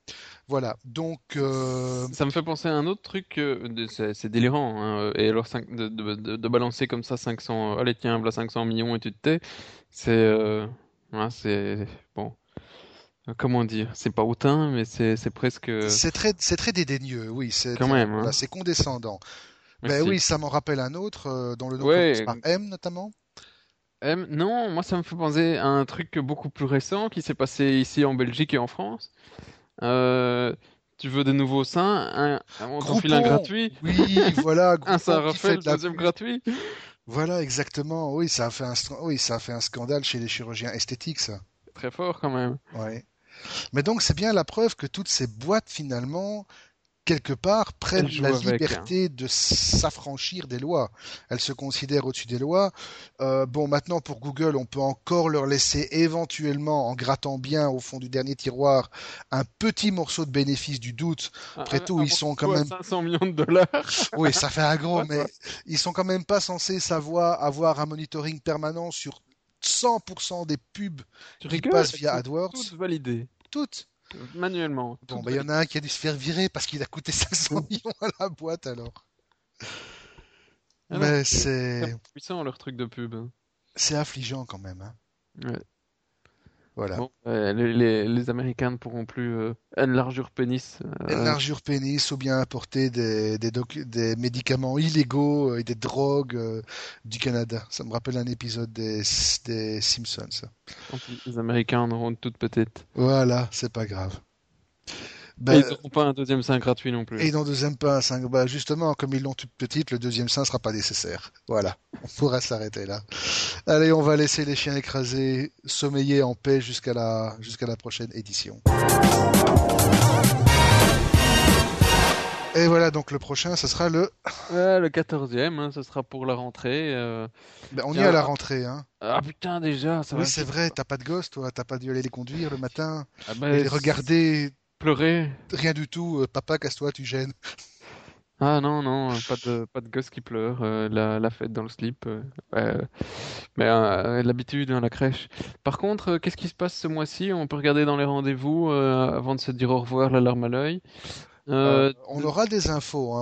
Speaker 1: Voilà. Donc,
Speaker 2: Ça me fait penser à un autre truc, c'est délirant, hein, et alors de balancer comme ça 500, allez tiens, voilà 500 millions et tu te tais, ouais, c'est, bon, comment dire, c'est pas hautain, mais c'est presque,
Speaker 1: c'est très dédaigneux, oui,
Speaker 2: quand même,
Speaker 1: voilà,
Speaker 2: hein.
Speaker 1: c'est condescendant. Ben
Speaker 2: Merci.
Speaker 1: oui, ça m'en rappelle un autre, dont le nom commence
Speaker 2: Ouais,
Speaker 1: par M notamment.
Speaker 2: non, moi ça me fait penser à un truc beaucoup plus récent qui s'est passé ici en Belgique et en France. Euh, Tu veux des nouveaux seins, on t'en file un
Speaker 1: Groupon,
Speaker 2: gratuit,
Speaker 1: oui, voilà,
Speaker 2: un
Speaker 1: Groupon
Speaker 2: sein
Speaker 1: qui fait
Speaker 2: Raphaël,
Speaker 1: de la
Speaker 2: deuxième
Speaker 1: pub.
Speaker 2: gratuit.
Speaker 1: Voilà, exactement. Oui, oui, ça a fait un scandale chez les chirurgiens esthétiques, ça.
Speaker 2: Très fort quand même.
Speaker 1: Ouais. Mais donc, c'est bien la preuve que toutes ces boîtes, finalement, quelque part,
Speaker 2: Elle
Speaker 1: prennent la
Speaker 2: joue avec, hein.
Speaker 1: liberté de s'affranchir des lois. Elles se considèrent au-dessus des lois. Bon, maintenant, pour Google, on peut encore leur laisser éventuellement, en grattant bien au fond du dernier tiroir, un petit morceau de bénéfice du doute. Après tout,
Speaker 2: Un
Speaker 1: ils sont quand
Speaker 2: morceau à
Speaker 1: même,
Speaker 2: 500 millions de dollars.
Speaker 1: oui, ça fait un gros,
Speaker 2: What,
Speaker 1: mais
Speaker 2: what?
Speaker 1: ils sont quand même pas censés savoir avoir un monitoring permanent sur 100% des pubs
Speaker 2: Tu
Speaker 1: qui
Speaker 2: rigoles,
Speaker 1: passent
Speaker 2: elles
Speaker 1: via
Speaker 2: sont toutes
Speaker 1: AdWords.
Speaker 2: validées,
Speaker 1: Toutes.
Speaker 2: manuellement,
Speaker 1: Bon,
Speaker 2: toutes
Speaker 1: ben, il y en
Speaker 2: validées.
Speaker 1: a un qui a dû se faire virer parce qu'il a coûté 500 millions à la boîte, alors.
Speaker 2: Ah non,
Speaker 1: Mais
Speaker 2: c'est très
Speaker 1: c'est
Speaker 2: puissant leur truc de pub, hein.
Speaker 1: c'est affligeant quand même, hein.
Speaker 2: Ouais.
Speaker 1: Voilà.
Speaker 2: Bon, les Américains ne pourront plus élargir pénis.
Speaker 1: Élargir pénis ou bien apporter des médicaments illégaux et des drogues du Canada. Ça me rappelle un épisode des Simpsons, ça.
Speaker 2: Tant pis, les Américains en auront une toute petite.
Speaker 1: Voilà, c'est pas grave.
Speaker 2: Et
Speaker 1: Ben,
Speaker 2: ils n'auront pas un deuxième sein gratuit non plus.
Speaker 1: et dans le deuxième pain, bah, justement, comme ils l'ont toute petite, le deuxième sein sera pas nécessaire. Voilà. On pourra s'arrêter là. Allez, on va laisser les chiens écrasés sommeiller en paix jusqu'à la prochaine édition. Et voilà, donc le prochain, ce sera le...
Speaker 2: Ouais, le 14e, hein, ce sera pour la rentrée.
Speaker 1: Ben, on y est à
Speaker 2: Tiens,
Speaker 1: la rentrée, hein.
Speaker 2: putain, déjà, ça
Speaker 1: Oui,
Speaker 2: va
Speaker 1: c'est
Speaker 2: vite,
Speaker 1: vrai,
Speaker 2: quoi.
Speaker 1: t'as pas de gosse, toi, t'as pas dû aller les conduire le matin
Speaker 2: Ah
Speaker 1: et
Speaker 2: ben,
Speaker 1: les regarder,
Speaker 2: pleurer.
Speaker 1: rien du tout, papa, casse-toi, tu gênes.
Speaker 2: Ah non, non, pas de gosse qui pleure, la fête dans le slip. Ouais, mais l'habitude, hein, la crèche. Par contre, qu'est-ce qui se passe ce mois-ci? On peut regarder dans les rendez-vous avant de se dire au revoir, la larme à l'œil.
Speaker 1: On aura des infos, hein,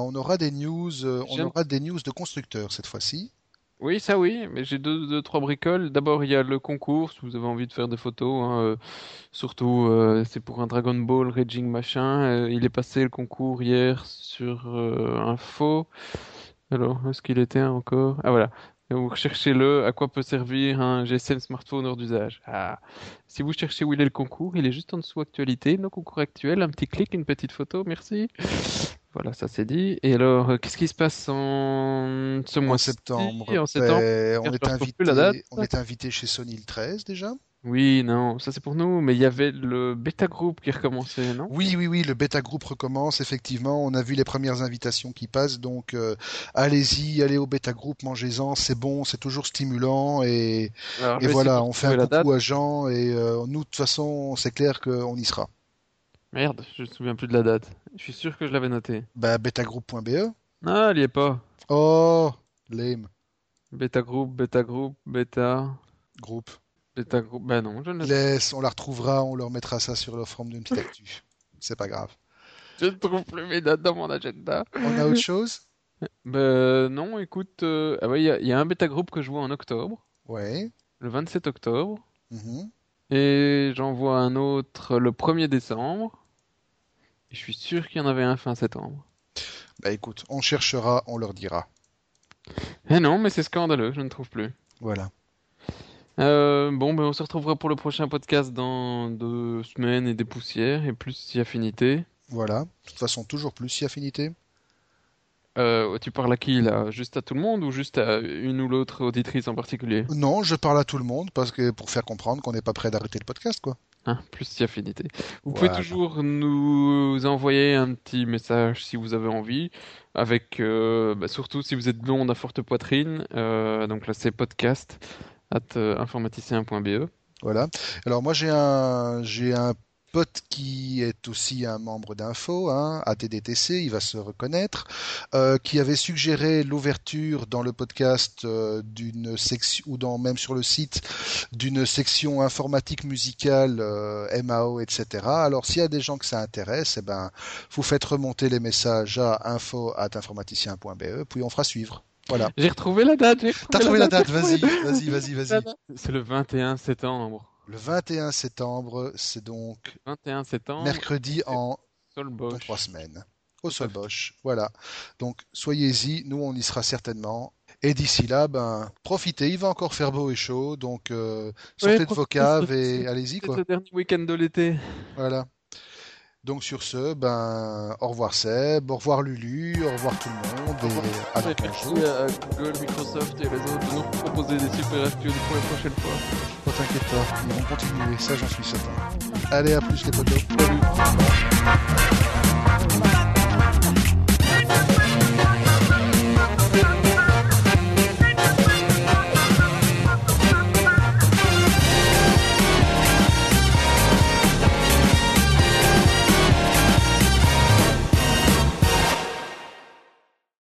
Speaker 1: on
Speaker 2: J'aime.
Speaker 1: aura des news de constructeurs cette fois-ci.
Speaker 2: Oui, ça oui, mais j'ai trois bricoles. D'abord, il y a le concours, si vous avez envie de faire des photos, hein, surtout, c'est pour un Dragon Ball Raging machin. Il est passé le concours hier sur Info. Alors, est-ce qu'il était encore? Ah voilà. Vous recherchez-le. À quoi peut servir un GSM smartphone hors d'usage? Ah. Si vous cherchez où il est le concours, il est juste en dessous actualité. Nos concours actuels, un petit clic, une petite photo, merci. Voilà, ça c'est dit. Et alors, qu'est-ce qui se passe ce
Speaker 1: En
Speaker 2: mois-ci?
Speaker 1: septembre,
Speaker 2: En septembre?
Speaker 1: ben,
Speaker 2: Je ne retrouve plus la date.
Speaker 1: on est invité chez Sony le 13 déjà.
Speaker 2: Oui, non, ça c'est pour nous, mais il y avait le bêta group qui recommençait, non?
Speaker 1: Oui, le bêta groupe recommence, effectivement. On a vu les premières invitations qui passent, donc allez-y, allez au bêta groupe, mangez-en, c'est bon, c'est toujours stimulant
Speaker 2: Alors, je
Speaker 1: et
Speaker 2: vais essayer de
Speaker 1: voilà, on fait un
Speaker 2: retrouver la date.
Speaker 1: coucou à Jean et nous, de toute façon, c'est clair qu'on y sera.
Speaker 2: Merde, je me souviens plus de la date. Je suis sûr que je l'avais noté.
Speaker 1: Bah, betagroup.be.
Speaker 2: Ah, elle y est pas.
Speaker 1: Oh, lame,
Speaker 2: Bêta group,
Speaker 1: groupe.
Speaker 2: bêta group. Bah non, je ne l'ai pas.
Speaker 1: Laisse, on la retrouvera, on leur mettra ça sur leur forme d'une petite actu. C'est pas grave.
Speaker 2: Je ne trouve plus mes dates dans mon agenda.
Speaker 1: On a autre chose?
Speaker 2: Ben non, écoute, ah ouais, il y a un bêta group que je vois en octobre,
Speaker 1: Ouais.
Speaker 2: le 27 octobre,
Speaker 1: Mhm.
Speaker 2: et j'en vois un autre le 1er décembre, et je suis sûr qu'il y en avait un fin septembre.
Speaker 1: Bah écoute, on cherchera, on leur dira.
Speaker 2: Eh non, mais c'est scandaleux, je ne trouve plus.
Speaker 1: Voilà.
Speaker 2: Bon, ben on se retrouvera pour le prochain podcast dans 2 semaines et des poussières, et plus si affinité.
Speaker 1: Voilà. De toute façon, toujours plus si affinité.
Speaker 2: Tu parles à qui là? Juste à tout le monde ou juste à une ou l'autre auditrice en particulier?
Speaker 1: Non, je parle à tout le monde parce que pour faire comprendre qu'on n'est pas prêt d'arrêter le podcast, quoi.
Speaker 2: Hein, plus si affinité. Vous pouvez
Speaker 1: Voilà.
Speaker 2: toujours nous envoyer un petit message si vous avez envie, avec surtout si vous êtes blonde à forte poitrine. Donc là c'est podcast @ informaticien.be.
Speaker 1: Voilà. Alors moi j'ai un pote qui est aussi un membre d'Info, hein, ATDTC, il va se reconnaître, qui avait suggéré l'ouverture dans le podcast d'une section, ou même sur le site, d'une section informatique musicale, MAO, etc. Alors s'il y a des gens que ça intéresse, eh ben, vous faites remonter les messages à info@informaticien.be, puis on fera suivre. Voilà.
Speaker 2: J'ai retrouvé la date.
Speaker 1: T'as trouvé la date, vas-y.
Speaker 2: C'est le 21 septembre.
Speaker 1: Le 21 septembre, c'est donc
Speaker 2: 21 septembre.
Speaker 1: mercredi dans
Speaker 2: Solbosch.
Speaker 1: 3 semaines. Au Solbosch, voilà. Donc soyez-y, nous on y sera certainement. Et d'ici là, ben profitez, il va encore faire beau et chaud, donc sortez de vos caves et allez-y quoi.
Speaker 2: C'est le dernier week-end de l'été.
Speaker 1: Voilà. Donc sur ce, ben au revoir Seb, au revoir Lulu, au revoir tout le monde et à dans 15 jours.
Speaker 2: Merci à Google, Microsoft et les autres de nous proposer des super actus pour les prochaines fois.
Speaker 1: Ne t'inquiète pas, ils vont continuer, ça j'en suis certain. Allez, à plus les potos.
Speaker 2: Salut.